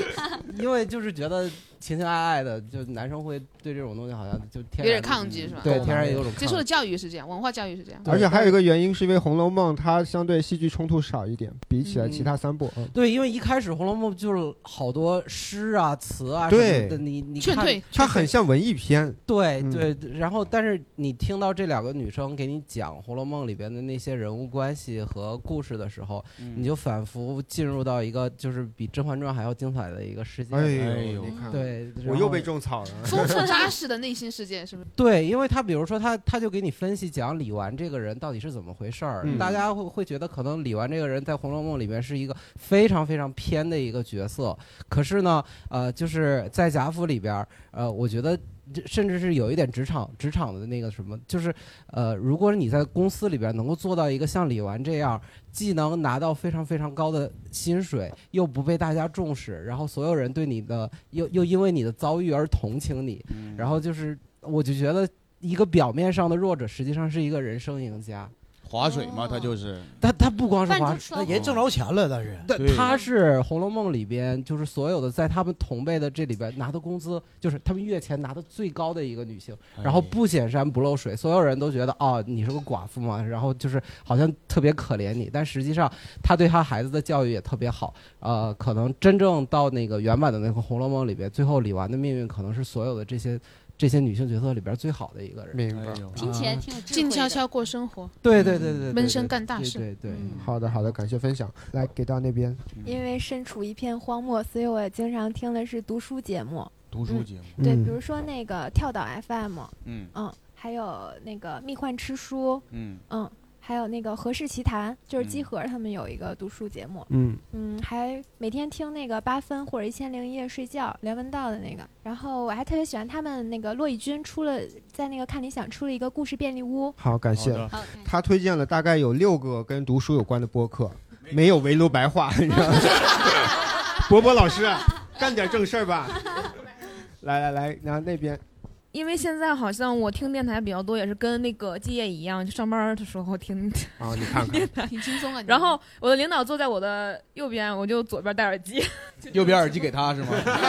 因为就是觉得情情爱爱的，就男生会对这种东西好像就天然有点抗拒是吧？ 对，天然有种抗拒接受的教育是这样，文化教育是这样。 而且还有一个原因是因为《红楼梦》它相对戏剧冲突少一点，比起来其他三部。嗯， 对，因为一开始《红楼梦》就是好多诗啊、词啊什么的，你你看它很像文艺片。 对对，然后但是你听到这两个女生给你讲《红楼梦》里边的那些人物关系和故事的时候，你就反复进入到一个就是比《甄嬛传》还要精彩的一个世界。 哎呦，你看， 对， 我又被种草了。 丰富扎实的内心世界是不是？ 对，因为他比如说他他就给你分析讲李纨这个人到底是怎么回事儿，嗯、大家会会觉得可能李纨这个人在《红楼梦》里面是一个非常非常偏的一个角色，可是呢，呃，就是在贾府里边，呃，我觉得。甚至是有一点职场职场的那个什么，就是呃，如果你在公司里边能够做到一个像李纨这样，既能拿到非常非常高的薪水，又不被大家重视，然后所有人对你的又又因为你的遭遇而同情你，嗯、然后就是我就觉得一个表面上的弱者，实际上是一个人生赢家。 划水嘛，他就是他，他不光是划水， 他人挣着钱了，但是对，他是《红楼梦》里边就是所有的在他们同辈的这里边拿的工资，就是他们月钱拿的最高的一个女性，然后不显山不漏水，所有人都觉得哦，你是个寡妇嘛，然后就是好像特别可怜你，但实际上他对他孩子的教育也特别好，呃，可能真正到那个原版的那个《红楼梦》里边，最后李纨的命运可能是所有的这些。这些女性角色里边最好的一个人， 明白？ 听起来挺有智慧的， 静悄悄过生活。 对对对对， 闷声干大事。 对对。 好的好的，感谢分享。来给到那边。 因为身处一片荒漠，所以我经常听的是读书节目。 读书节目。 嗯、对，比如说那个跳岛 F M， 嗯嗯，还有那个蜜幻吃书， 嗯嗯。还有那个和氏奇谈，就是集合他们有一个读书节目， 嗯嗯，还每天听那个八分或者一千零一夜睡觉梁文道的那个，然后我还特别喜欢他们那个骆以军出了在那个看理想出了一个故事便利屋。 好，感谢。他推荐了大概有六个跟读书有关的播客，没有围炉白话，你知道吗？博博老师，干点正事儿吧。来来来，然后那边。 因为现在好像我听电台比较多，也是跟那个季业一样，就上班的时候听。 啊，你看看， 挺轻松啊。 然后我的领导坐在我的右边，我就左边戴耳机。 右边耳机给他是吗？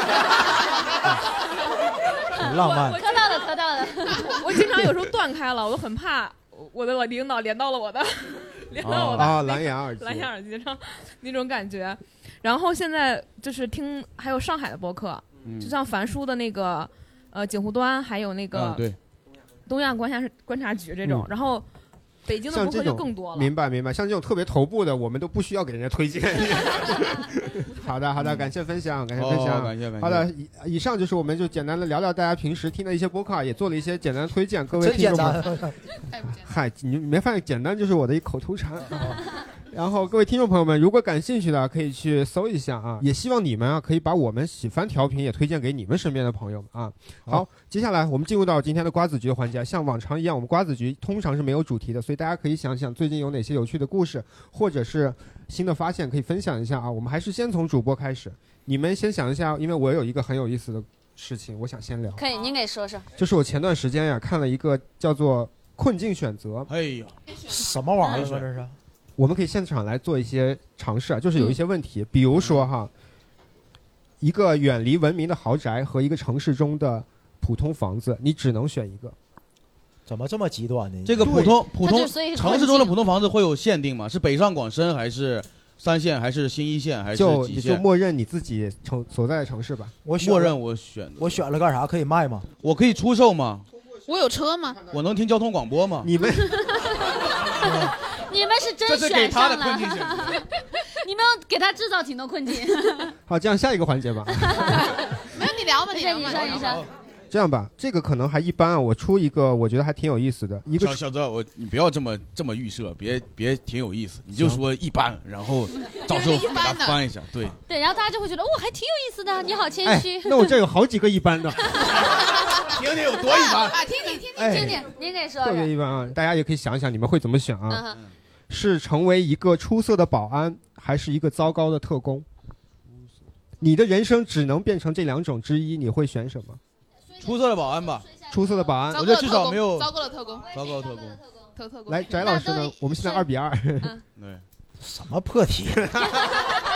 很浪漫。 磕到了，磕到了。 我经常有时候断开了，我都很怕我的领导连到了我的，连到我的啊蓝牙耳机， 蓝牙耳机上那种感觉。然后现在就是听还有上海的播客， 嗯、 就像樊叔的那个。呃，锦湖端还有那个东亚观察观察局这种， 嗯、 然后北京的播客就更多了。 明白明白，像这种特别头部的，我们都不需要给人家推荐。好的好的，感谢分享，感谢分享， 哦、感谢感谢。 好的，以以上就是我们就简单的聊聊大家平时听的一些播客，也做了一些简单的推荐。各位听众们，嗨，你没发现简单就是我的一口头禅。然后各位听众朋友们，如果感兴趣的可以去搜一下啊，也希望你们啊可以把我们喜番调频也推荐给你们身边的朋友们啊。好，接下来我们进入到今天的瓜子局的环节，像往常一样，我们瓜子局通常是没有主题的，所以大家可以想想最近有哪些有趣的故事，或者是新的发现可以分享一下啊。我们还是先从主播开始，你们先想一下，因为我有一个很有意思的事情，我想先聊。 可以，您给说说。 就是我前段时间呀看了一个叫做《困境选择》， 哎呀， 什么玩意儿啊这是？ 我们可以现场来做一些尝试啊，就是有一些问题，嗯、比如说哈，一个远离文明的豪宅和一个城市中的普通房子，你只能选一个。 怎么这么极端呢？ 这个普通普通城市中的普通房子会有限定吗？是北上广深还是三线还是新一线还是就几线？ 就默认你自己城所在的城市吧。 我默认我选， 我选了干啥？可以卖吗？ 我可以出售吗？ 我有车吗？ 我能听交通广播吗？ 你们。 你们是真选上了，你们要给他制造挺多困境。 好，这样下一个环节吧。 没有你聊吧，你聊吧， 你说你说。 这样吧，这个可能还一般啊。我出一个，我觉得还挺有意思的。一个小小泽，我你不要这么这么预设，别别挺有意思，你就说一般，然后到时候给他翻一下，对。 对，然后大家就会觉得，哦，还挺有意思的，你好谦虚。 哎、那我这有好几个一般的。 听听有多一般？ 啊，听听听听听听，您给说。 特别一般啊，大家也可以想一想，你们会怎么选啊？ 嗯、 是成为一个出色的保安，还是一个糟糕的特工？你的人生只能变成这两种之一，你会选什么？ 出色的保安吧。 出色的保安， 我觉得至少没有糟糕的特工。 糟糕的特工。 特特工。 来，翟老师呢？我们现在二比二。 对。 什么破题？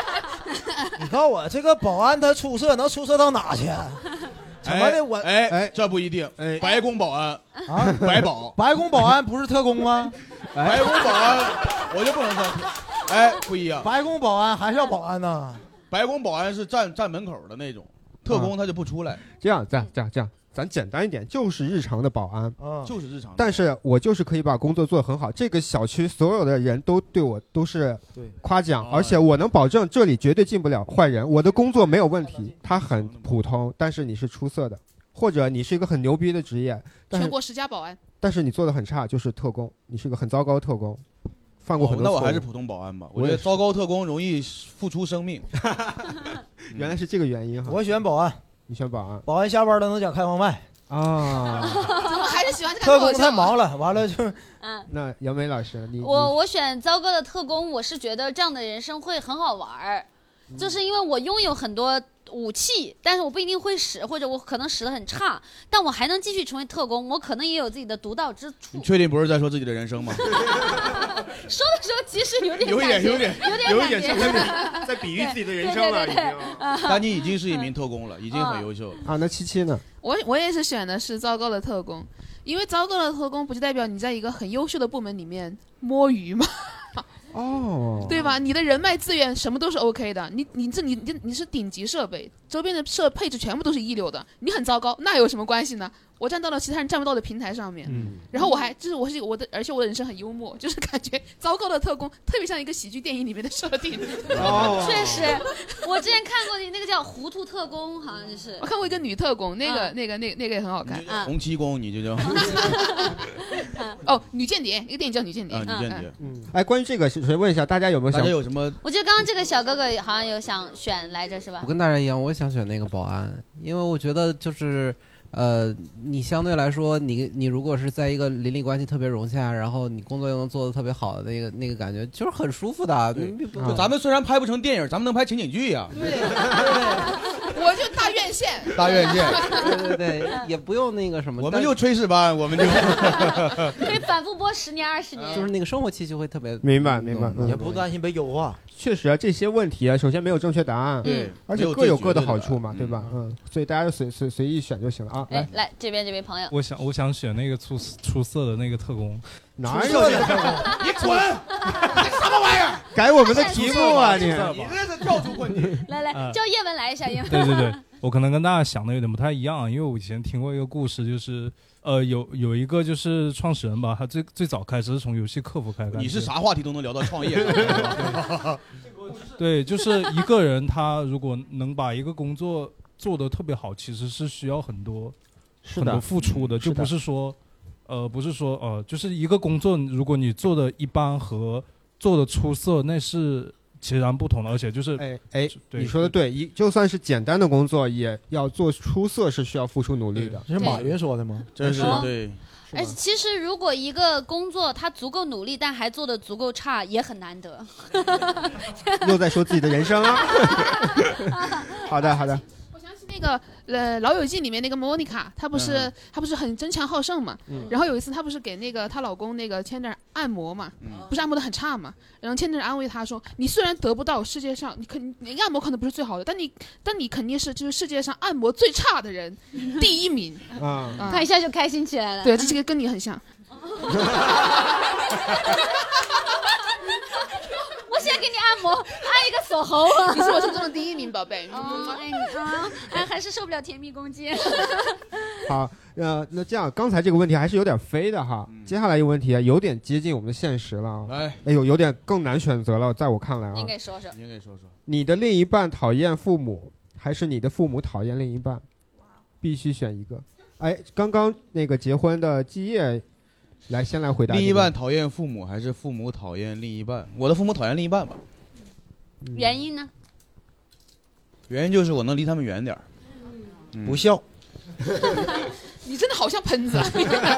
你告诉我，这个保安他出色能出色到哪去？怎么的？我哎哎，这不一定。哎，白宫保安啊， 白保， 白宫保安不是特工吗？ 白宫保安我就不能说，哎，不一样。 白宫保安还是要保安呢？ 白宫保安是站站门口的那种，特工他就不出来。 这样，这样，这样，这样。咱简单一点，就是日常的保安， 嗯， 就是日常。 但是我就是可以把工作做得很好，这个小区所有的人都对我都是夸奖，而且我能保证这里绝对进不了坏人，我的工作没有问题。他很普通，但是你是出色的，或者你是一个很牛逼的职业，但是全国十佳保安， 但是你做的很差，就是特工，你是一个很糟糕的特工，犯过很多错误。 哦，那我还是普通保安吧，我觉得糟糕特工容易付出生命。 原来是这个原因哈。 我选保安， 你选保安， 保安下班了能讲开放麦。 啊， 怎么还是喜欢这个特工太忙了，完了就。 嗯， 那杨梅老师，你我我选糟糕的特工，我是觉得这样的人生会很好玩儿， 嗯、 就是因为我拥有很多武器，但是我不一定会使，或者我可能使得很差，但我还能继续成为特工，我可能也有自己的独到之处。 你确定不是在说自己的人生吗？ 说的时候其实有点有一点有点有点有一点是有点在比喻自己的人生了，已经。 但你已经是一名特工了，已经很优秀了啊。那七七呢？ 我我也是选的是糟糕的特工，因为糟糕的特工不就代表你在一个很优秀的部门里面摸鱼吗？ 哦， 对吧？你的人脉资源什么都是 OK 的，你你这你你你是顶级设备，周边的设配置全部都是一流的，你很糟糕，那有什么关系呢？我站到了其他人站不到的平台上面，嗯，然后我还就是我是我的，而且我的人生很幽默，就是感觉糟糕的特工特别像一个喜剧电影里面的设定。 哦，确实，我之前看过的那个叫《糊涂特工》，好像就是我看过一个女特工，那个、嗯、那个那个那个也很好看。 洪七公，你就叫哦，女间谍，一个电影叫《女间谍》。 啊，女间谍。 嗯，哎，关于这个，谁问一下大家有没有想？ 大家有什么？ 我觉得刚刚这个小哥哥好像有想选来着，是吧？ 我跟大家一样，我也想选那个保安，因为我觉得就是。呃，你相对来说，你你如果是在一个邻里关系特别融洽，然后你工作又能做得特别好的那个那个感觉，就是很舒服的。 对，就咱们虽然拍不成电影，咱们能拍情景剧呀。 对，我就大院线。 大院线， 对对对，也不用那个什么。 我们就炊事班，我们就可以反复播十年二十年， 就是那个生活气息会特别。 明白明白， 也不担心被优化。 确实啊，这些问题啊，首先没有正确答案， 对， 而且各有各的好处嘛，对吧？嗯，所以大家就随随随意选就行了啊。 来来，这边这位朋友， 我想我想选那个出出色的那个特工， 哪有这个特工？ 你滚！什么玩意儿？ 改我们的题目啊你！ 你这是跳出问题。 来来，叫叶文来一下，叶文。 对对对，我可能跟大家想的有点不太一样，因为我以前听过一个故事，就是呃有有一个就是创始人吧，他最最早开始是从游戏客服开始。 你是啥话题都能聊到创业。 对，就是一个人他如果能把一个工作做得特别好，其实是需要很多很多付出的，就不是说呃不是说呃就是一个工作，如果你做的一般和做的出色，那是截然不同的，而且就是哎哎，你说的对，一就算是简单的工作，也要做出色，是需要付出努力的。 这是马云说的吗？ 这是对。 哎，其实如果一个工作他足够努力，但还做得足够差，也很难得。 又在说自己的人生啊。好的好的。 我想起那个呃《老友记》里面那个莫妮卡，她不是、嗯、她不是很争强好胜嘛、嗯，然后有一次她不是给那个她老公那个千正按摩嘛、嗯，不是按摩的很差嘛，然后千正安慰她说：“你虽然得不到世界上，你肯你按摩可能不是最好的，但你但你肯定是就是世界上按摩最差的人第一名。” 啊， 他一下就开心起来了。 对，这个跟你很像。 我现在给你按摩，按一个锁喉。 你是我心中的第一名，宝贝。 哦，哎你啊，哎还是受不了甜蜜攻击。 好，呃，那这样刚才这个问题还是有点飞的哈。嗯、接下来一个问题啊，有点接近我们的现实了。 哎， 哎呦，有点更难选择了，在我看来啊。 您给说说。 您给说说。 你的另一半讨厌父母，还是你的父母讨厌另一半？必须选一个。哎，刚刚那个结婚的基业。来，先来回答。 另一半讨厌父母，还是父母讨厌另一半？我的父母讨厌另一半吧。 原因呢？ 原因就是我能离他们远点儿。 嗯、不孝。 你真的好像喷子啊！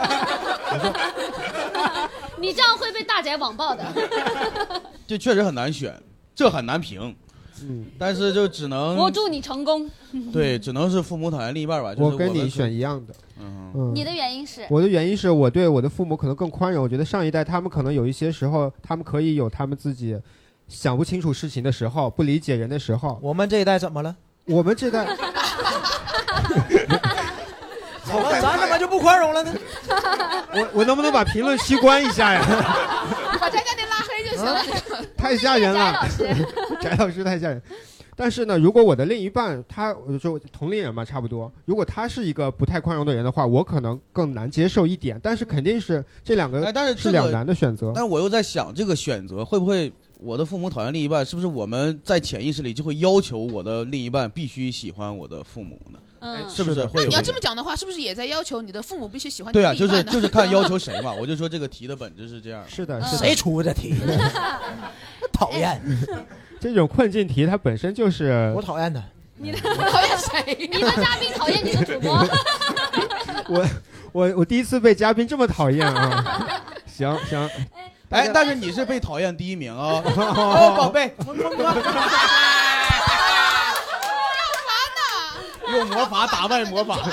你这样会被大宅网暴的。 这确实很难选，这很难评。嗯，但是就只能。 我祝你成功。 对，只能是父母讨厌另一半吧。就是、我, 我跟你选一样的。 嗯嗯， 你的原因是？ 我的原因是我对我的父母可能更宽容。我觉得上一代他们可能有一些时候，他们可以有他们自己想不清楚事情的时候，不理解人的时候。 我们这一代怎么了？ 我们这代， 怎么咱怎么就不宽容了呢？ 我我能不能把评论区关一下呀？ 把翟佳宁拉黑就行了。 太吓人了，翟老师太吓人。但是呢，如果我的另一半他就同龄人嘛，差不多，如果他是一个不太宽容的人的话，我可能更难接受一点。但是肯定是这两个， 哎，但是、这个、 是两难的选择。 但是我又在想，这个选择会不会，我的父母讨厌另一半，是不是我们在潜意识里就会要求我的另一半必须喜欢我的父母呢？ 嗯， 是不是会？ 那你要这么讲的话，是不是也在要求你的父母必须喜欢你对啊， 的另一半呢？ 就是就是看要求谁嘛。我就说这个题的本质是这样。 是的， 嗯、 是的。 谁出的题？讨厌。 这种困境题，它本身就是我讨厌他。 你的我讨厌谁？ 你的嘉宾讨厌你的主播。 我我我第一次被嘉宾这么讨厌啊！行行， 哎，但是你是被讨厌第一名啊！哦，宝贝，么么么。用魔法打败魔法。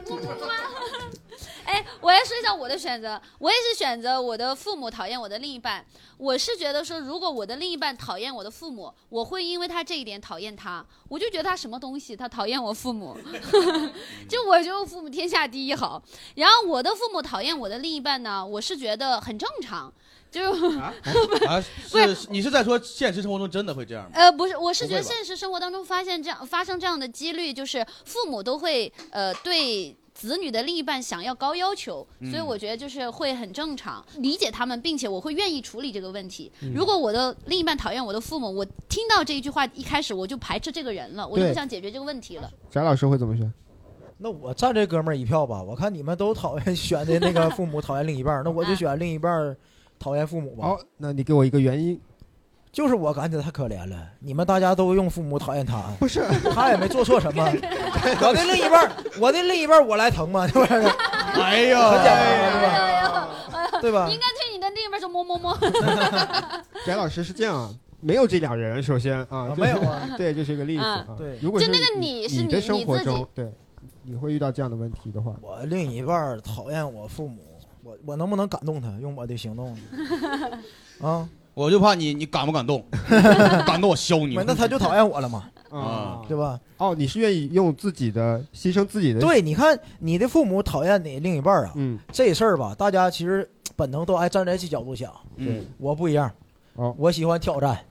哎，我来说一下我的选择，我也是选择我的父母讨厌我的另一半。我是觉得说，如果我的另一半讨厌我的父母，我会因为他这一点讨厌他，我就觉得他什么东西，他讨厌我父母，就我觉得我父母天下第一好。然后我的父母讨厌我的另一半呢，我是觉得很正常。就啊，啊是你是在说现实生活中真的会这样吗？ 呃，不是，我是觉得现实生活当中发现这样发生这样的几率，就是父母都会呃对子女的另一半想要高要求， 嗯、 所以我觉得就是会很正常，理解他们，并且我会愿意处理这个问题。 嗯、 如果我的另一半讨厌我的父母，我听到这一句话一开始我就排斥这个人了，我就不想解决这个问题了。 翟老师会怎么选？ 那我站这哥们儿一票吧，我看你们都讨厌选的那个父母讨厌另一半，那我就选另一半讨厌父母吧。 好、哦，那你给我一个原因。 就是我感觉太可怜了，你们大家都用父母讨厌他， 不是他也没做错什么。我的另一半，我的另一半我来疼吗？是不是？ 哎呀， 很简单，对吧？对吧？ 你应该对你的另一半说摸摸摸。 翟老师是这样啊，没有这两人，首先啊， 没有啊， 对，这是一个例子啊。 对， 如果是就那个你是你的生活中， 对， 你会遇到这样的问题的话， 我另一半讨厌我父母，我我能不能感动他，用我的行动啊？ 我就怕你，你感不感动？感动我削你！ 那他就讨厌我了嘛， 啊， 对吧？ 哦，你是愿意用自己的牺牲自己的？ 对，你看你的父母讨厌你另一半啊， 嗯， 这事儿吧，大家其实本能都爱站在这角度想， 嗯， 我不一样， 哦， 我喜欢挑战。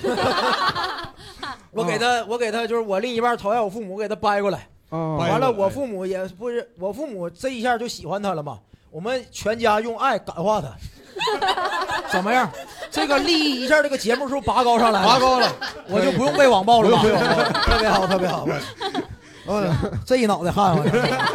我给他，我给他就是我另一半讨厌我父母，我给他掰过来， 哦， 完了我父母也不是，我父母这一下就喜欢他了嘛，我们全家用爱感化他。怎么样？这个利益一下，这个节目是不是拔高上来了？ 拔高了， 我就不用被网暴了吧？不用，特别好，特别好。哦，这一脑袋汗啊！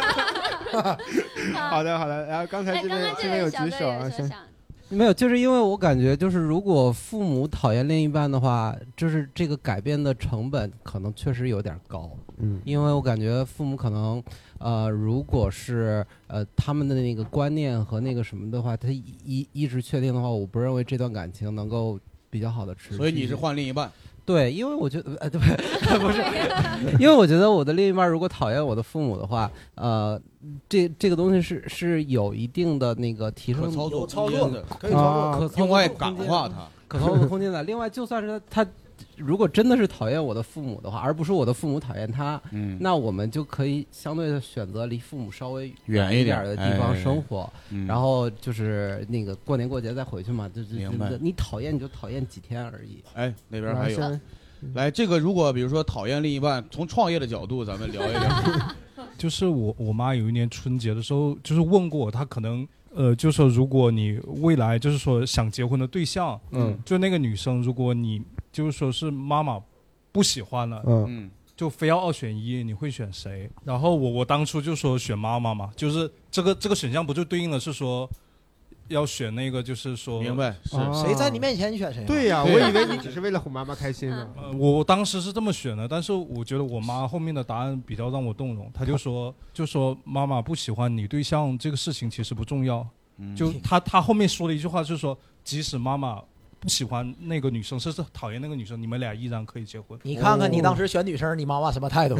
好的，好的。然后刚才这边这边有举手啊，先。 没有，就是因为我感觉，就是如果父母讨厌另一半的话，就是这个改变的成本可能确实有点高。 嗯， 因为我感觉父母可能，呃，如果是呃他们的那个观念和那个什么的话，他一一直确定的话，我不认为这段感情能够比较好的持续。 所以你是换另一半？ 对，因为我觉得，呃，对，不是，因为我觉得我的另一半如果讨厌我的父母的话，呃，这这个东西是是有一定的那个提升操作操作的， 可以操作， 可用爱感化他， 可操作的空间的。另外，就算是他如果真的是讨厌我的父母的话，而不是我的父母讨厌他，嗯，那我们就可以相对的选择离父母稍微远一点的地方生活， 哎哎然后就是那个过年过节再回去嘛，就就明白。 你讨厌你就讨厌几天而已。 哎，那边还有，来这个如果比如说讨厌另一半，从创业的角度咱们聊一聊。 就是我我妈有一年春节的时候，就是问过我，她可能。呃，就是说，如果你未来就是说想结婚的对象， 嗯， 就那个女生，如果你就是说是妈妈不喜欢了， 嗯， 就非要二选一，你会选谁？然后我我当初就说选妈妈嘛，就是这个这个选项不就对应的是说要选那个，就是说明白是、 哦、谁在你面前你选谁？ 对呀、啊，我以为你只是为了哄妈妈开心呢。 呃，我当时是这么选的，但是我觉得我妈后面的答案比较让我动容，她就说就说妈妈不喜欢你对象这个事情其实不重要，嗯、就她她后面说了一句话，就是说即使妈妈不喜欢那个女生，甚至讨厌那个女生，你们俩依然可以结婚。 你看看你当时选女生，你妈妈什么态度？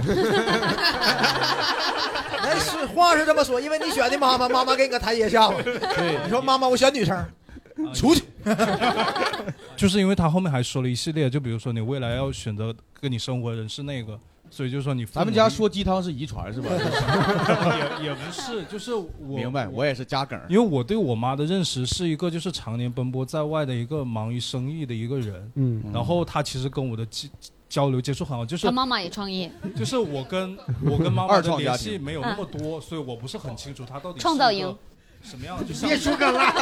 那是话是这么说，因为你选的妈妈，妈妈给你个台阶下嘛。 对， 你说妈妈，我选女生， 出去。 就是因为他后面还说了一系列，就比如说你未来要选择跟你生活的人是那个，所以就说你咱们家说鸡汤是遗传是吧？ 也也不是，就是我明白，我也是加梗。 因为我对我妈的认识是一个就是常年奔波在外的一个忙于生意的一个人， 嗯， 然后她其实跟我的交流接触很好，就是他妈妈也创业， 就是我跟我跟妈妈的联系没有那么多，所以我不是很清楚她到底创造营什么样的。就别说梗了，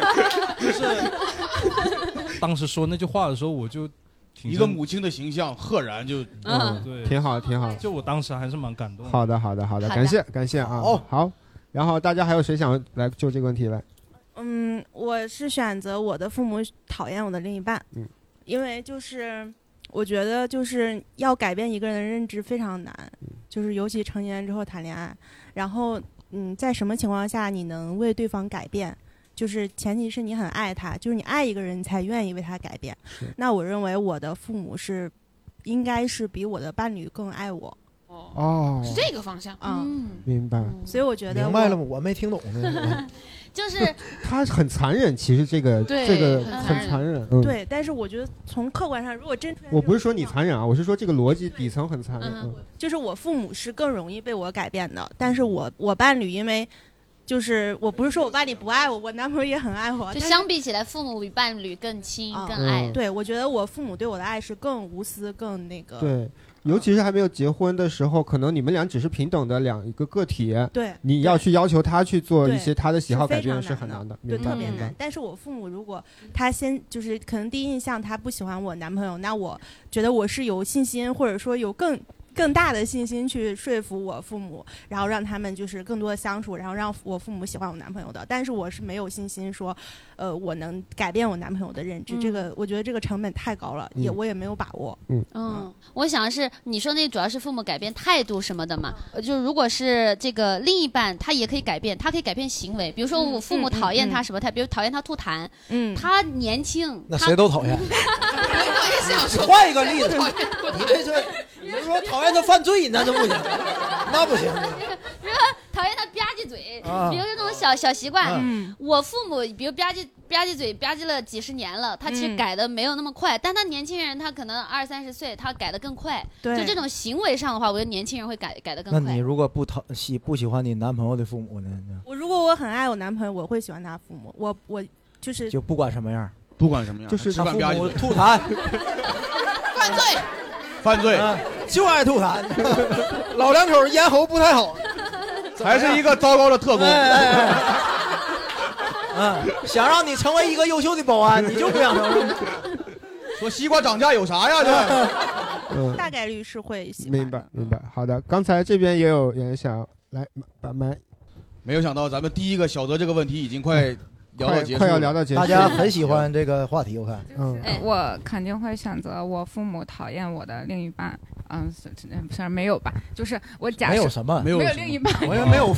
就是当时说那句话的时候，我就一个母亲的形象赫然就嗯对， 挺好挺好。 就我当时还是蛮感动的。 好的好的好的， 好的感谢感谢啊。 好好，然后大家还有谁想来就这个问题来？ 嗯，我是选择我的父母讨厌我的另一半， 嗯， 因为就是我觉得就是要改变一个人的认知非常难，就是尤其成年之后谈恋爱，然后嗯，在什么情况下你能为对方改变？就是前提是你很爱他，就是你爱一个人，你才愿意为他改变。那我认为我的父母是，应该是比我的伴侣更爱我。 哦， 是这个方向， 嗯， 明白。 所以我觉得明白了吗？我没听懂呢。 就是他很残忍，其实这个对这个很很残忍。嗯， 对，但是我觉得从客观上，如果真出现我不是说你残忍啊，我是说这个逻辑底层很残忍。嗯， 就是我父母是更容易被我改变的，但是我我伴侣因为。就是我不是说我伴侣不爱我，我男朋友也很爱我。 就相比起来，父母比伴侣更亲、 啊、 更爱。 对，我觉得我父母对我的爱是更无私、更那个。 对，尤其是还没有结婚的时候，可能你们俩只是平等的两一个个体。 对， 你要去要求他去做一些对他的喜好改变是是很难的， 对， 明白特别难明白。。 但是我父母如果他先就是可能第一印象他不喜欢我男朋友，那我觉得我是有信心，或者说有更。更大的信心去说服我父母，然后让他们就是更多的相处，然后让我父母喜欢我男朋友的。但是我是没有信心说，呃，我能改变我男朋友的认知。 嗯、 这个我觉得这个成本太高了， 嗯、 也我也没有把握。 嗯嗯，我想的是你说那主要是父母改变态度什么的嘛，呃，就如果是这个另一半，他也可以改变，他可以改变行为。比如说我父母讨厌他什么，他、嗯嗯、比如讨厌他吐痰， 嗯， 他年轻， 那谁都讨厌。 我也想说， 换一个例子，你这是。你是说讨厌他犯罪，那就不行，那不行。 比如讨厌他吧唧嘴， 啊、 比如这种小小习惯， 嗯， 我父母比如吧唧吧唧嘴吧唧了几十年了，他其实改的没有那么快，嗯、但他年轻人他可能二三十岁，他改的更快。 对， 就这种行为上的话，我觉得年轻人会改改的更快。 那你如果不讨喜不喜欢你男朋友的父母呢？ 我如果我很爱我男朋友，我会喜欢他父母。我我就是就不管什么样， 不管什么样， 就是他父母吐痰， 犯罪。 犯罪、 啊，就爱吐痰，老两口咽喉不太好， 还是一个糟糕的特工。 哎哎哎嗯，想让你成为一个优秀的保安，你就不想成。 说西瓜涨价有啥呀？这， 嗯， 大概率是会喜欢。 明白明白。好的，刚才这边也有人想来把麦， 没有想到咱们第一个小泽这个问题已经快。聊到结束， 快要聊到结束， 大家很喜欢这个话题，我看。 嗯，我肯定会选择我父母讨厌我的另一半。嗯，虽然没有吧，就是我假设没有什么， 没有另一半， 我也没有。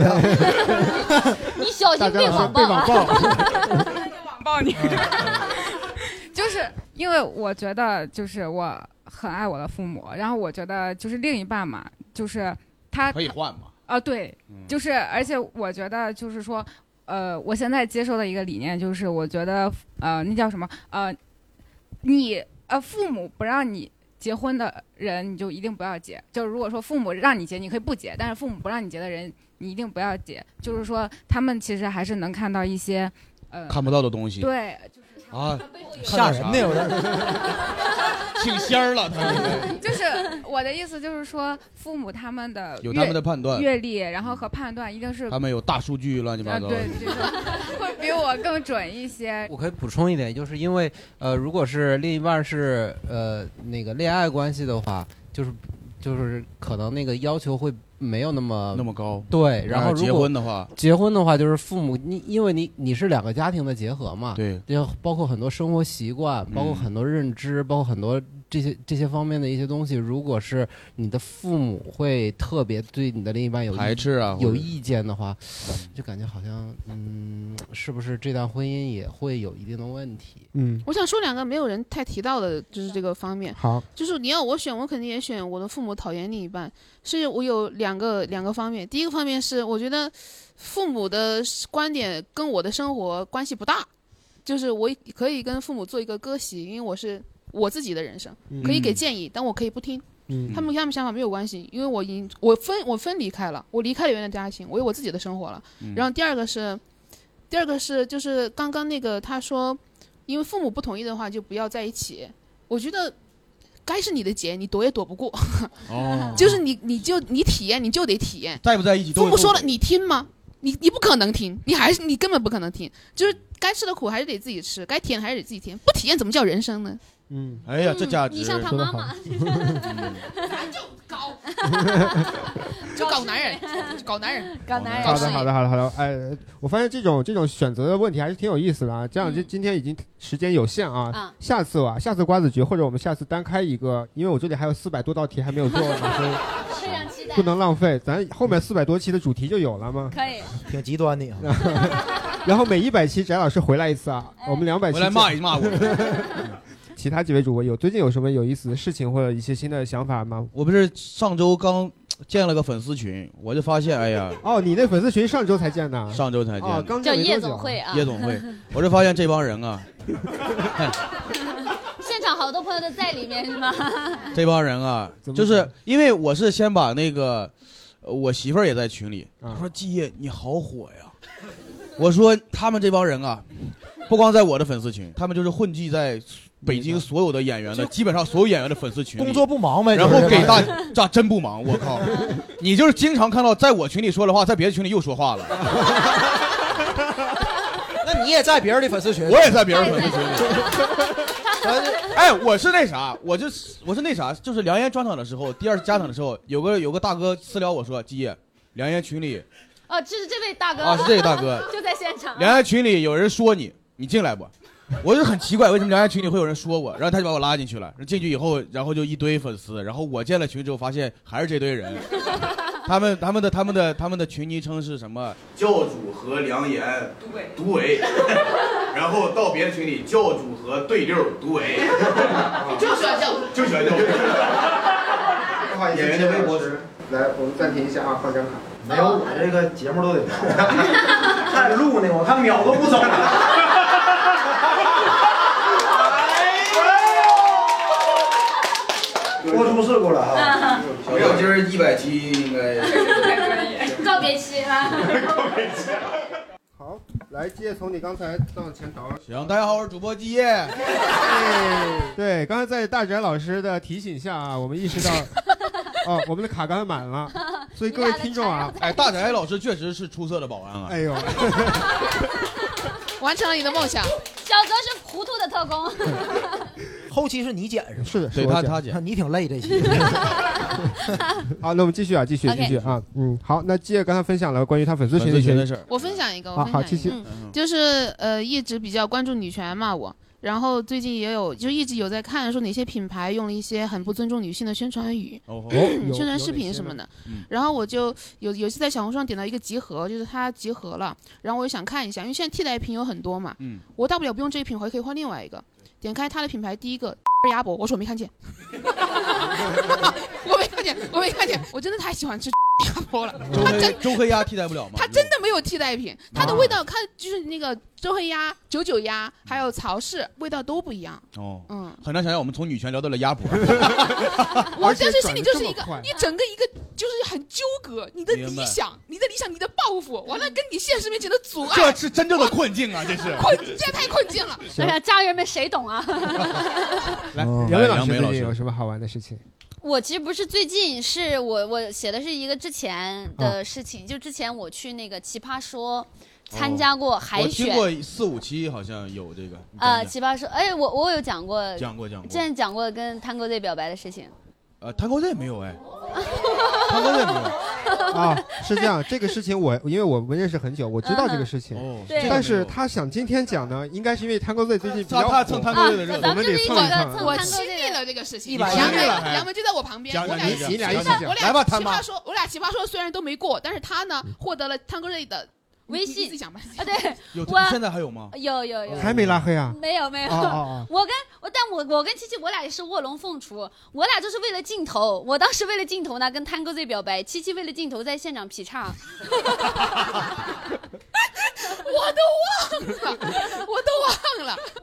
你小心被网暴， 被网暴， 网暴你。就是因为我觉得，就是我很爱我的父母，然后我觉得就是另一半嘛，就是他可以换嘛。 啊、呃，对，就是而且我觉得就是说。呃，我现在接受的一个理念就是，我觉得，呃，那叫什么？呃，你呃，父母不让你结婚的人，你就一定不要结。就是如果说父母让你结，你可以不结；但是父母不让你结的人，你一定不要结。就是说，他们其实还是能看到一些呃看不到的东西。 对，就是啊， 吓人的有点。 挺仙儿了，他就是我的意思，就是说父母他们的有他们的判断、 阅历，然后和判断一定是他们有大数据，乱七八糟， 对，这种会比我更准一些。 我可以补充一点，就是因为呃，如果是另一半是呃那个恋爱关系的话，就是就是可能那个要求会没有那么那么高。 对，然后如果结婚的话， 结婚的话就是父母你因为你你是两个家庭的结合嘛， 对， 就包括很多生活习惯，包括很多认知，嗯、包括很多。这些这些方面的一些东西，如果是你的父母会特别对你的另一半有排斥啊， 有意见的话，就感觉好像嗯，是不是这段婚姻也会有一定的问题？ 嗯， 我想说两个没有人太提到的，就是这个方面。 好， 就是你要我选，我肯定也选我的父母讨厌另一半。是我有两个两个方面，第一个方面是我觉得父母的观点跟我的生活关系不大。 就是我可以跟父母做一个割席，因为我是我自己的人生，可以给建议，但我可以不听。嗯，他们跟他们想法没有关系，因为我已经我分我分离开了，我离开了原来的家庭，我有我自己的生活了。嗯、然后第二个是，第二个是就是刚刚那个他说，因为父母不同意的话就不要在一起。我觉得该是你的劫，你躲也躲不过。哦，就是你你就你体验你就得体验， 在不在一起都。 父母说了你听吗？你你不可能听，你还是你根本不可能听，就是该吃的苦还是得自己吃，该体验还是得自己体验，不体验怎么叫人生呢？ 嗯， 哎呀，这价值、嗯、 你像他妈妈， 咱就搞，就搞男人，搞男人， 搞男人。 好的，好的，好的，好的。哎，我发现这种这种选择的问题还是挺有意思的啊。这样，就今天已经时间有限啊，嗯、下次啊，下次瓜子局或者我们下次单开一个，因为我这里还有四百多道题还没有做完，所以非常期待， 不能浪费。咱后面四百多期的主题就有了吗？ 可以， 挺极端的啊。 然后每一百期翟老师回来一次啊，哎、我们两百期回来骂一骂我。 其他几位主播有最近有什么有意思的事情或者一些新的想法吗？ 我不是上周刚建了个粉丝群，我就发现，哎呀， 哦，你那粉丝群上周才建的？ 上周才建， 哦，刚叫夜总会啊， 夜总会，我就发现这帮人啊， 现场好多朋友都在里面是吗？ 这帮人啊，就是因为我是先把那个我媳妇儿也在群里，她说季夜你好火呀，我说他们这帮人啊，不光在我的粉丝群，他们就是混迹在北京所有的演员的，基本上所有演员的粉丝群里， 工作不忙呗， 然后给大家真不忙，我靠！你就是经常看到在我群里说的话，在别的群里又说话了。 那你也在别人的粉丝群？ 我也在别人粉丝群里。哎，我是那啥，我就我是那啥，就是梁岩专场的时候，第二次加场的时候，有个有个大哥私聊我说，季夜，梁岩群里， 哦，这是这位大哥啊，是这位大哥， 就在现场。 梁岩群里有人说你，你进来不？我就很奇怪，为什么梁岩群里会有人说我？然后他就把我拉进去了。进去以后，然后就一堆粉丝。然后我建了群之后，发现还是这堆人。他们他们的他们的他们的群昵称是什么？教主和梁岩独伟。然后到别的群里，教主和对溜独伟。 就喜欢教主， 就喜欢教主。 不好意思，演员的微博是。来，我们暂停一下啊，放张卡。 没有我这个节目都得看录呢，我看秒都不走了。播出事故了啊！ 没有，今儿一百期应该告别期了。 告别期。好，来，季夜从你刚才到前头。 行，大家好，我是主播季夜。 对，刚才在大翟老师的提醒下啊，我们意识到，哦，我们的卡刚才满了，所以各位听众啊， 哎，大翟老师确实是出色的保安啊。 哎呦， 完成了你的梦想。 小泽是糊涂的特工。 后期是你剪是吗？ 是的， 对他他剪， 你挺累这期。 好，那我们继续啊，继续继续啊，嗯，好，那季夜刚才分享了关于他粉丝群的一些事儿， 我分享一个，我分享一个，嗯，就是呃，一直比较关注女权嘛，我，然后最近也有，就一直有在看说哪些品牌用了一些很不尊重女性的宣传语， 哦， 宣传视频什么的，然后我就有有次在小红书上点到一个集合，就是它集合了，然后我就想看一下，因为现在替代品有很多嘛，嗯，我大不了不用这一瓶，我也可以换另外一个。点开它的品牌，第一个鸭脖，我说我没看见，我没看见，我没看见，我真的太喜欢吃鸭脖了。 周黑周黑鸭替代不了吗？ 它真的没有替代品，它的味道，看就是那个周黑鸭、九九鸭，还有曹氏，味道都不一样。 哦，嗯，很难想象我们从女权聊到了鸭脖。 我当时心里就是一个，你整个一个就是很纠葛，你的理想、你的理想、你的抱负，完了跟你现实面前的阻碍， 这是真正的困境啊！这是困，这太困境了。 哎呀，家人们谁懂啊？ 来，杨梅老师最近有什么好玩的事情？ 我其实不是最近，是我我写的是一个之前的事情，就之前我去那个奇葩说参加过海选， 我听过四五期好像有这个呃奇葩说，哎，我我有讲过， 讲过讲过， 之前讲过跟Tango Z表白的事情。 呃，Tango Z没有哎，Tango Z没有啊，是这样，这个事情我因为我们认识很久，我知道这个事情， 嗯、 但是他想今天讲呢，应该是因为 Tango Z 最近比较火， 他蹭 Tango Z 的热度，我们得蹭一蹭。 我亲历了这个事情， 杨梅杨梅就在我旁边，我俩你俩一起讲， 我俩奇葩说，我俩奇葩说虽然都没过，但是他呢获得了 Tango Z 的。微信自己讲吧啊，对， 有现在还有吗？ 有有有， 还没拉黑啊？ 没有没有， 哦哦、 我跟我但我我跟七七我俩也是卧龙凤雏，我俩就是为了镜头，我当时为了镜头呢跟 Tango Z 表白，七七为了镜头在现场劈叉。 我都忘了，我都忘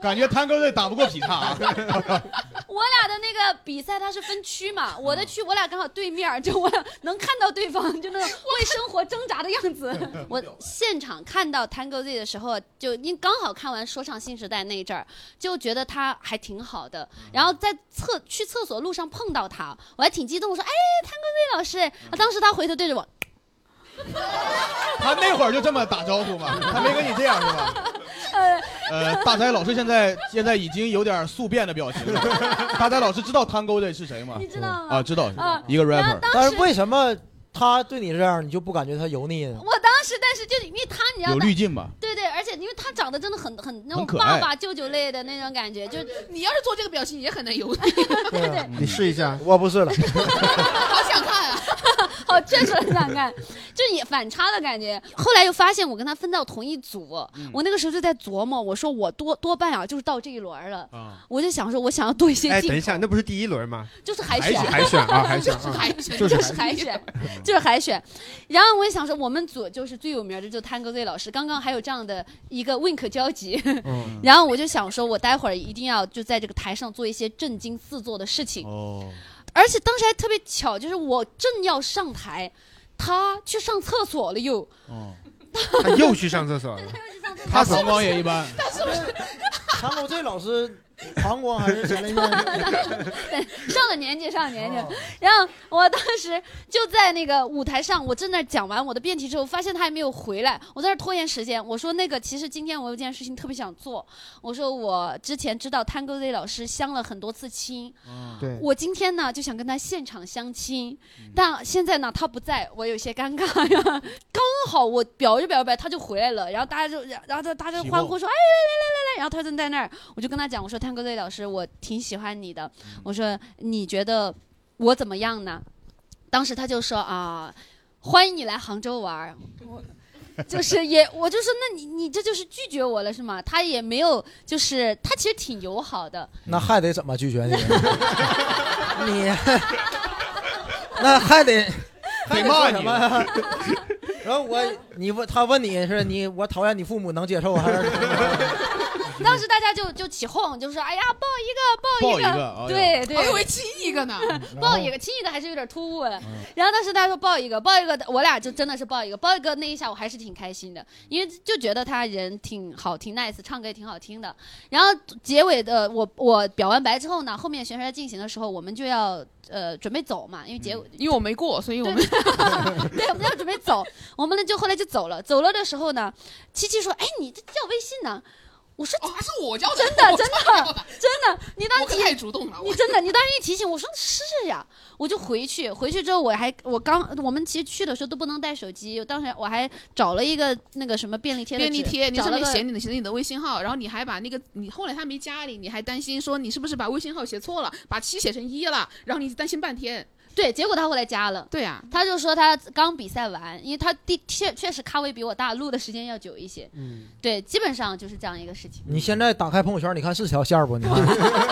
感觉Tango Z打不过劈叉啊。 我俩的那个比赛它是分区嘛，我的区我俩刚好对面，就我俩能看到对方就那种为生活挣扎的样子。我现场看到 Tango Z 的时候，就因刚好看完说唱新时代那一阵儿，就觉得他还挺好的。然后在厕去厕所路上碰到他，我还挺激动，我说：“哎 ，Tango Z 老师。”当时他回头对着我。 他那会儿就这么打招呼吗？他没跟你这样是吧？呃，大仔老师现在现在已经有点宿便的表情了。大仔老师知道Tango Z是谁吗？ 你知道吗？ 啊，知道，啊、一个 rapper。 但是为什么他对你这样，你就不感觉他油腻呢？ 我当时，但是就是因为他，你知道有滤镜吧？ 对对，而且因为他长得真的很很那种很爸爸舅舅类的那种感觉，就你要是做这个表情也很难油腻。 对对， 你试一下， 我不试了。 好想看啊！ 好，确实很想看，就也反差的感觉。后来又发现我跟他分到同一组，嗯、我那个时候就在琢磨，我说我多多半啊，就是到这一轮了。啊、我就想说，我想要多一些镜头。 哎，等一下，那不是第一轮吗？ 就是海选， 海选啊，海选， 就是海选， 就是海选，就是海选。然后我也想说，我们组就是最有名的，就Tango Z老师，刚刚还有这样的一个 wink 交集。嗯、然后我就想说，我待会儿一定要就在这个台上做一些震惊四座的事情。哦。而且当时还特别巧，就是我正要上台，他去上厕所了又。哦。 他又去上厕所了。 他膀胱也一般。 他是不是 Tango Z老师膀胱还是前列腺？ 上了年纪，上了年纪。哦、然后我当时就在那个舞台上，我正在讲完我的辩题之后，发现他还没有回来，我在那拖延时间。我说那个，其实今天我有件事情特别想做。我说我之前知道Tango Z老师相了很多次亲，嗯、对，我今天呢就想跟他现场相亲，嗯、但现在呢他不在，我有些尴尬呀。刚好我表着表着表，他就回来了，然后大家就，然后他大家欢呼说，哎，来来来来来，然后他正在那儿，我就跟他讲，我说Tango Z老师，我挺喜欢你的，我说你觉得我怎么样呢？当时他就说啊，欢迎你来杭州玩。我就是也，我就说那你你这就是拒绝我了是吗？他也没有，就是他其实挺友好的。 那还得怎么拒绝你？你那还得得骂你什么呀？然后我你问他问你是你我讨厌你父母能接受还是？ 当时大家就就起哄，就说：“哎呀，抱一个，抱一个， 抱一个对对。” 我以为亲一个呢， 抱一个，亲一个还是有点突兀了。嗯、然后当时大家说抱一个，抱一个，我俩就真的是抱一个，抱一个那一下我还是挺开心的，因为就觉得他人挺好，挺 nice， 唱歌也挺好听的。然后结尾的我我表完白之后呢，后面选出来进行的时候，我们就要呃准备走嘛，因为结尾、 嗯、因为我没过，所以我们对我们要准备走，我们呢就后来就走了。走了的时候呢，七七说：“哎，你这叫微信呢？”我说：“ 哦，还是我叫的， 真的，真的，真的，你当时太主动了， 你真的，你当时一提醒我说是呀，我就回去，回去之后我还我刚我们其实去的时候都不能带手机，当时我还找了一个那个什么便利贴的便利贴，你上面写你的写你的微信号，然后你还把那个你后来他没加你，你还担心说你是不是把微信号写错了，把七写成一了，然后你担心半天。” 对，结果他后来加了。 对呀、啊， 他就说他刚比赛完，因为他的确确实咖位比我大，录的时间要久一些。嗯，对，基本上就是这样一个事情。 你现在打开朋友圈，你看是条线不？你看。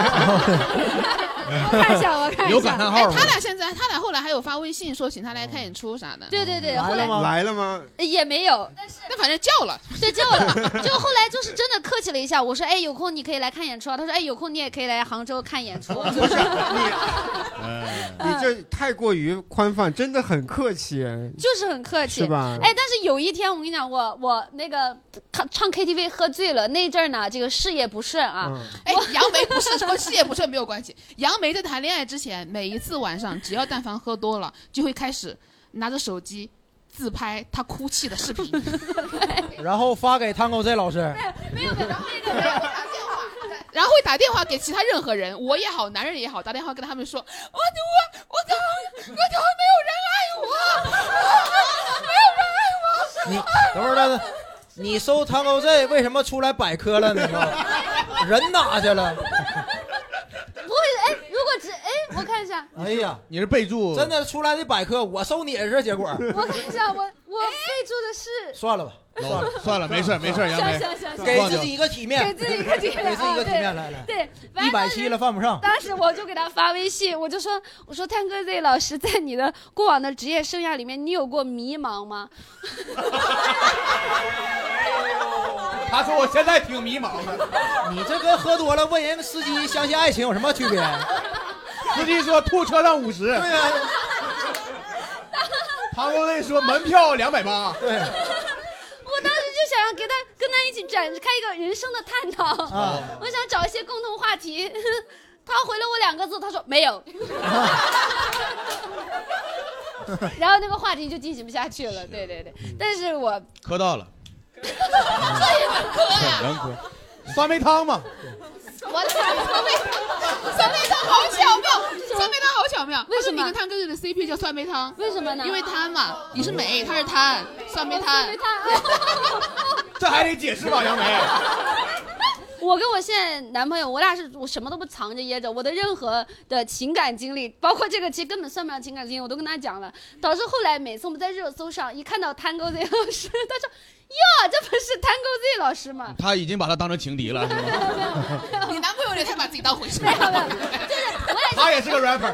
我看一下，我看一下。 有感叹号吗？ 哎，他俩现在，他俩后来还有发微信说请他来看演出啥的。 对对对， 来了吗？来了吗？ 也没有，但是那反正叫了， 对，叫了。就后来就是真的客气了一下，我说哎，有空你可以来看演出啊。他说哎，有空你也可以来杭州看演出。 就是你，你这太过于宽泛，真的很客气。 就是很客气， 是吧？ 哎，但是有一天我跟你讲，我我那个唱 K T V 喝醉了那阵儿呢，这个事业不顺啊。 嗯、哎，杨梅不是跟事业不顺没有关系，杨梅在谈恋爱之前，每一次晚上只要但凡喝多了，就会开始拿着手机自拍他哭泣的视频， 然后发给Tango Z老师。 没有没有，然后那个然后打电话，然后会打电话给其他任何人，我也好，男人也好，打电话跟他们说，我我我操，我就没有人爱我，没有人爱我。 你等会儿呢？你搜Tango Z为什么出来百科了呢？人哪去了？ 不会，哎，如果只哎，我看一下。 哎呀， 你是备注真的出来的百科，我搜你也是结果。 我看一下，我我备注的是。 算了吧，算了算了，没事没事，杨梅。 行行行， 给自己一个体面， 给自己一个体面， 给自己一个体面，来来。 对， 一百七了犯不上。 当时我就给他发微信，我就说，我说Tango Z老师，在你的过往的职业生涯里面，你有过迷茫吗？ 他说我现在挺迷茫的。 你这跟喝多了问人司机相信爱情有什么区别？ 司机说吐车上五十。 对呀、啊。 唐国卫说门票两百八。 对。 我当时就想要给他跟他一起展开一个人生的探讨，啊、我想找一些共同话题。他回了我两个字，他说没有。然后那个话题就进行不下去了。对对对，但是我磕到了。 这也能磕呀？ 能磕。酸梅汤嘛。 我的酸梅酸梅汤好巧妙，酸梅汤好巧妙。 为什么你跟汤哥哥的 C P 叫酸梅汤？ 为什么呢？ 因为汤嘛，你是美，他是汤，酸梅汤。 这还得解释吧，杨梅？ 我跟我现在男朋友，我俩是我什么都不藏着掖着，我的任何的情感经历，包括这个其实根本算不上情感经历，我都跟他讲了，导致后来每次我们在热搜上一看到 Tango Z 老师，他说哟，这不是 Tango Z 老师吗？ 他已经把他当成情敌了，是吗？ 你男朋友也太把自己当回事了，就是我也他也是个 rapper。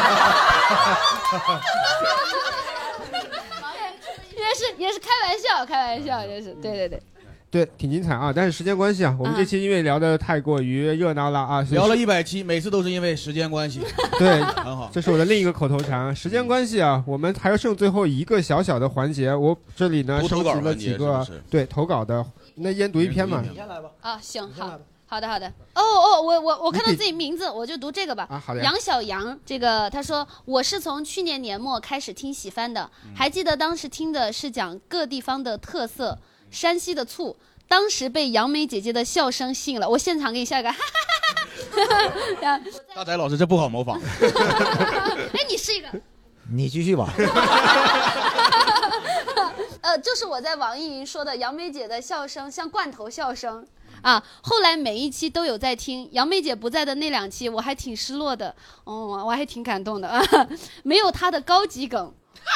也是也是开玩笑，开玩笑，也是对对对。 对，挺精彩啊！但是时间关系啊，我们这期因为聊得太过于热闹了啊， 聊了一百期，每次都是因为时间关系。 对， 很好， 这是我的另一个口头禅。时间关系啊，我们还要剩最后一个小小的环节，我这里呢收集了几个对投稿的，那一人读一篇嘛。 你先来吧。 啊，行，好。好的好的，哦哦，我我我看到自己名字，我就读这个吧。 啊，好的。 杨小杨，这个他说我是从去年年末开始听喜番的，还记得当时听的是讲各地方的特色，山西的醋，当时被杨梅姐姐的笑声吸引了，我现场给你笑一个，哈哈哈哈。 大仔老师这不好模仿。 哎，你试一个。 你继续吧。 呃，就是我在网易云说的杨梅姐的笑声像罐头笑声。啊，后来每一期都有在听，杨梅姐不在的那两期，我还挺失落的，哦，我还挺感动的，啊、没有她的高级梗，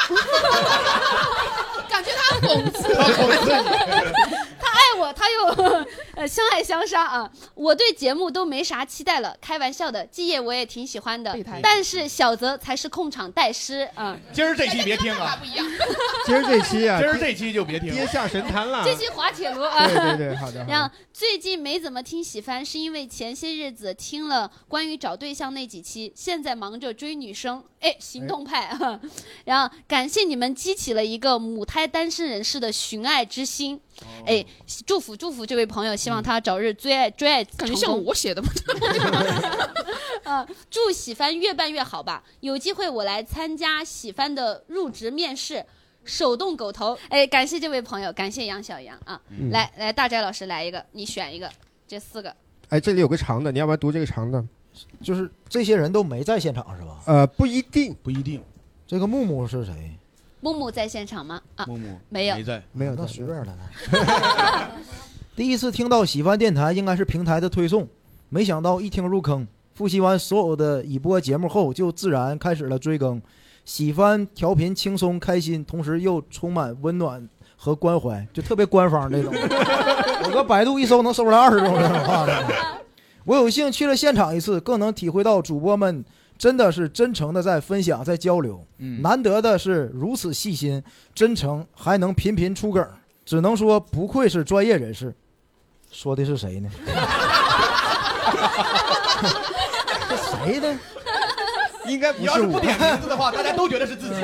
感觉他讽刺， 他爱我，他又呃相爱相杀啊！我对节目都没啥期待了，开玩笑的。季夜我也挺喜欢的，但是小泽才是控场带师啊！ 今儿这期别听啊， 今儿这期啊， 今儿这期就别听， 跌下神坛了。 这期滑铁卢啊！ 对对对，好的。 然后最近没怎么听喜番，是因为前些日子听了关于找对象那几期，现在忙着追女生，哎，行动派啊！然后感谢你们激起了一个母胎单身人士的寻爱之心，哎，祝福祝福这位朋友，希望他早日追爱追爱成功。 感觉像我写的吗？ 啊，祝喜番越办越好吧！有机会我来参加喜番的入职面试。手动狗头，哎，感谢这位朋友，感谢杨小杨啊！嗯、来来，大斋老师来一个，你选一个，这四个。 哎，这里有个长的，你要不要读这个长的？ 就是这些人都没在现场是吧？ 呃，不一定， 不一定。 这个木木是谁？ 木木在现场吗？啊， 木木没有， 没在， 没有， 那随便了。第一次听到喜番电台，应该是平台的推送，没想到一听入坑。复习完所有的已播节目后，就自然开始了追更。喜番调频轻松开心，同时又充满温暖和关怀，就特别官方那种。我搁百度一搜能搜出来二十种这种话的。我有幸去了现场一次，更能体会到主播们真的是真诚的在分享，在交流。嗯，难得的是如此细心、真诚，还能频频出梗，只能说不愧是专业人士。说的是谁呢？这谁呢？ 应该不是我。 你要是不点名字的话，大家都觉得是自己。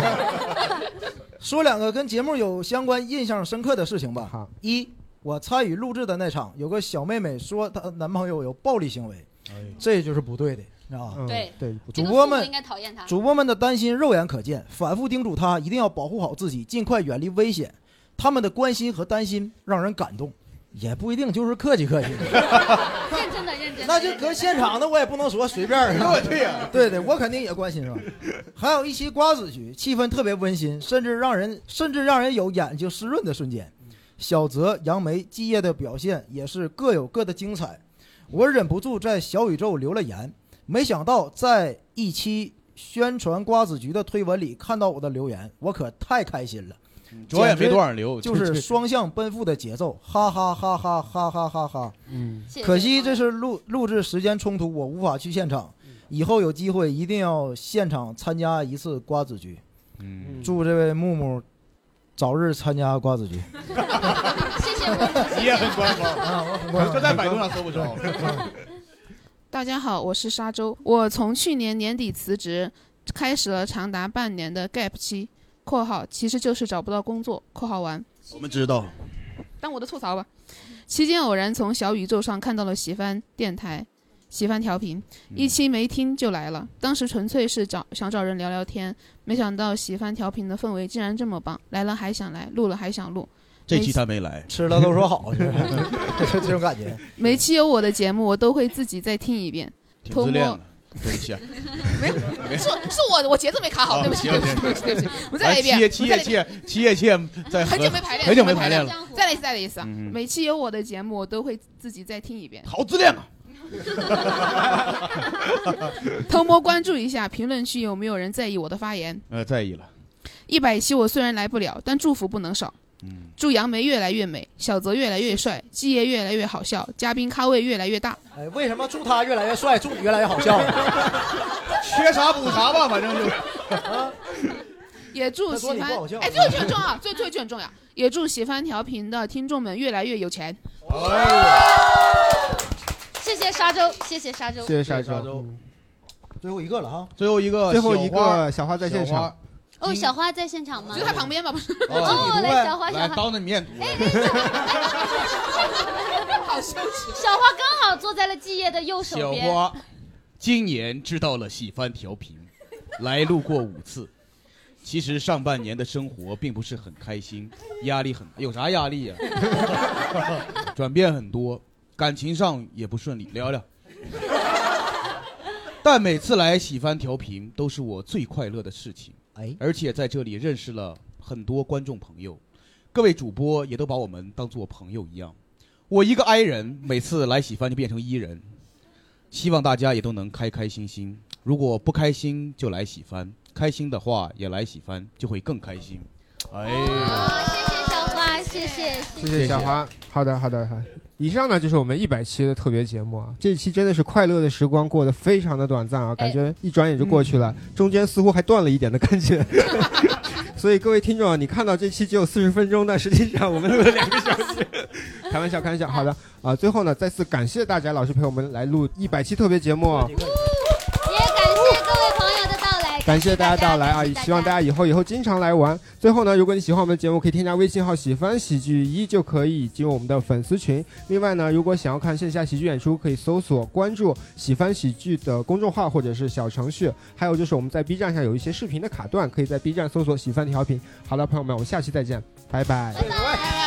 说两个跟节目有相关、印象深刻的事情吧。一，我参与录制的那场，有个小妹妹说她男朋友有暴力行为，哎、这就是不对的，知道吧？ 嗯、对对， 主播们应该讨厌她。 主播们的担心肉眼可见，反复叮嘱她一定要保护好自己，尽快远离危险。他们的关心和担心让人感动。也不一定就是客气客气， 认真的认真的。 那就搁现场的我也不能说随便。 对呀， 对对，我肯定也关心是吧？还有一期瓜子局，气氛特别温馨，甚至让人甚至让人有眼睛湿润的瞬间。小泽、杨梅、季夜的表现也是各有各的精彩，我忍不住在小宇宙留了言。没想到在一期宣传瓜子局的推文里看到我的留言，我可太开心了。 主要也没多少人留， 就是双向奔赴的节奏，哈哈哈哈哈哈哈哈。嗯，可惜这是录录制时间冲突，我无法去现场。以后有机会一定要现场参加一次瓜子局。嗯，祝这位木木早日参加瓜子局。 谢谢我， 你也很官方啊，我很官方， 这在百度上搜不着。 大家好，我是沙洲，我从去年年底辞职，开始了长达半年的 gap 期（括号其实就是找不到工作）（括号完）。 我们知道。 当我的吐槽吧。期间偶然从小宇宙上看到了喜番电台、喜番调频，一期没听就来了。当时纯粹是找想找人聊聊天，没想到喜番调频的氛围竟然这么棒，来了还想来，录了还想录。 这期他没来， 吃了都说好，就是这种感觉。 每期有我的节目，我都会自己再听一遍。 挺自恋的，对不起。 没有，是是我我节奏没卡好，对不起，对不起，对不起，对不起。我再来一遍。 七叶七叶七叶七叶在很久没排练， 很久没排练了。 再来一次，再来一次啊！每期有我的节目，我都会自己再听一遍。 好自恋啊！ 偷摸关注一下评论区有没有人在意我的发言？ 呃，在意了。 一百期我虽然来不了，但祝福不能少。嗯，祝杨梅越来越美，小泽越来越帅，基爷越来越好笑，嘉宾咖位越来越大。 哎，为什么祝他越来越帅，祝你越来越好笑？ 缺啥补啥吧，反正就。 啊、也祝喜欢，哎，最后一句很重要，最最后一句很重要。也祝喜欢调频的听众们越来越有钱。 哎、谢谢沙洲，谢谢沙洲， 谢谢沙洲。 嗯、最后一个了哈， 最后一个， 最后一个小花在现场。 哦，小花在现场吗？ 就在旁边吧，不是？ 哦，来，小花，小花， 来当着面读。 哎， 好羞耻。 小花刚好坐在了季夜的右手边。 小花今年知道了喜番调频，来录过五次。其实上半年的生活并不是很开心，压力很，有啥压力呀、啊？转变很多，感情上也不顺利，聊聊。但每次来喜番调频都是我最快乐的事情。而且在这里认识了很多观众朋友，各位主播也都把我们当作朋友一样。我一个 I 人，每次来喜番就变成 E 人。希望大家也都能开开心心，如果不开心就来喜番，开心的话也来喜番，就会更开心。哎， 哦、谢谢小花，谢谢谢谢小花。好的好的好的。以上呢就是我们一百期的特别节目啊，这一期真的是快乐的时光过得非常的短暂啊，感觉一转眼就过去了，嗯、中间似乎还断了一点的感觉。所以各位听众啊，你看到这期只有四十分钟，但实际上我们录了两个小时。开玩笑开玩笑。好的啊、呃，最后呢再次感谢大家老师陪我们来录一百期特别节目啊。感谢大家到来啊！希望大家以后以后经常来玩。最后呢，如果你喜欢我们的节目，可以添加微信号喜番喜剧一就可以进入我们的粉丝群。另外呢，如果想要看线下喜剧演出，可以搜索关注喜番喜剧的公众号或者是小程序。还有就是我们在 B 站上有一些视频的卡段，可以在 B 站搜索喜番调频。好的，朋友们，我们下期再见，拜拜。 拜拜。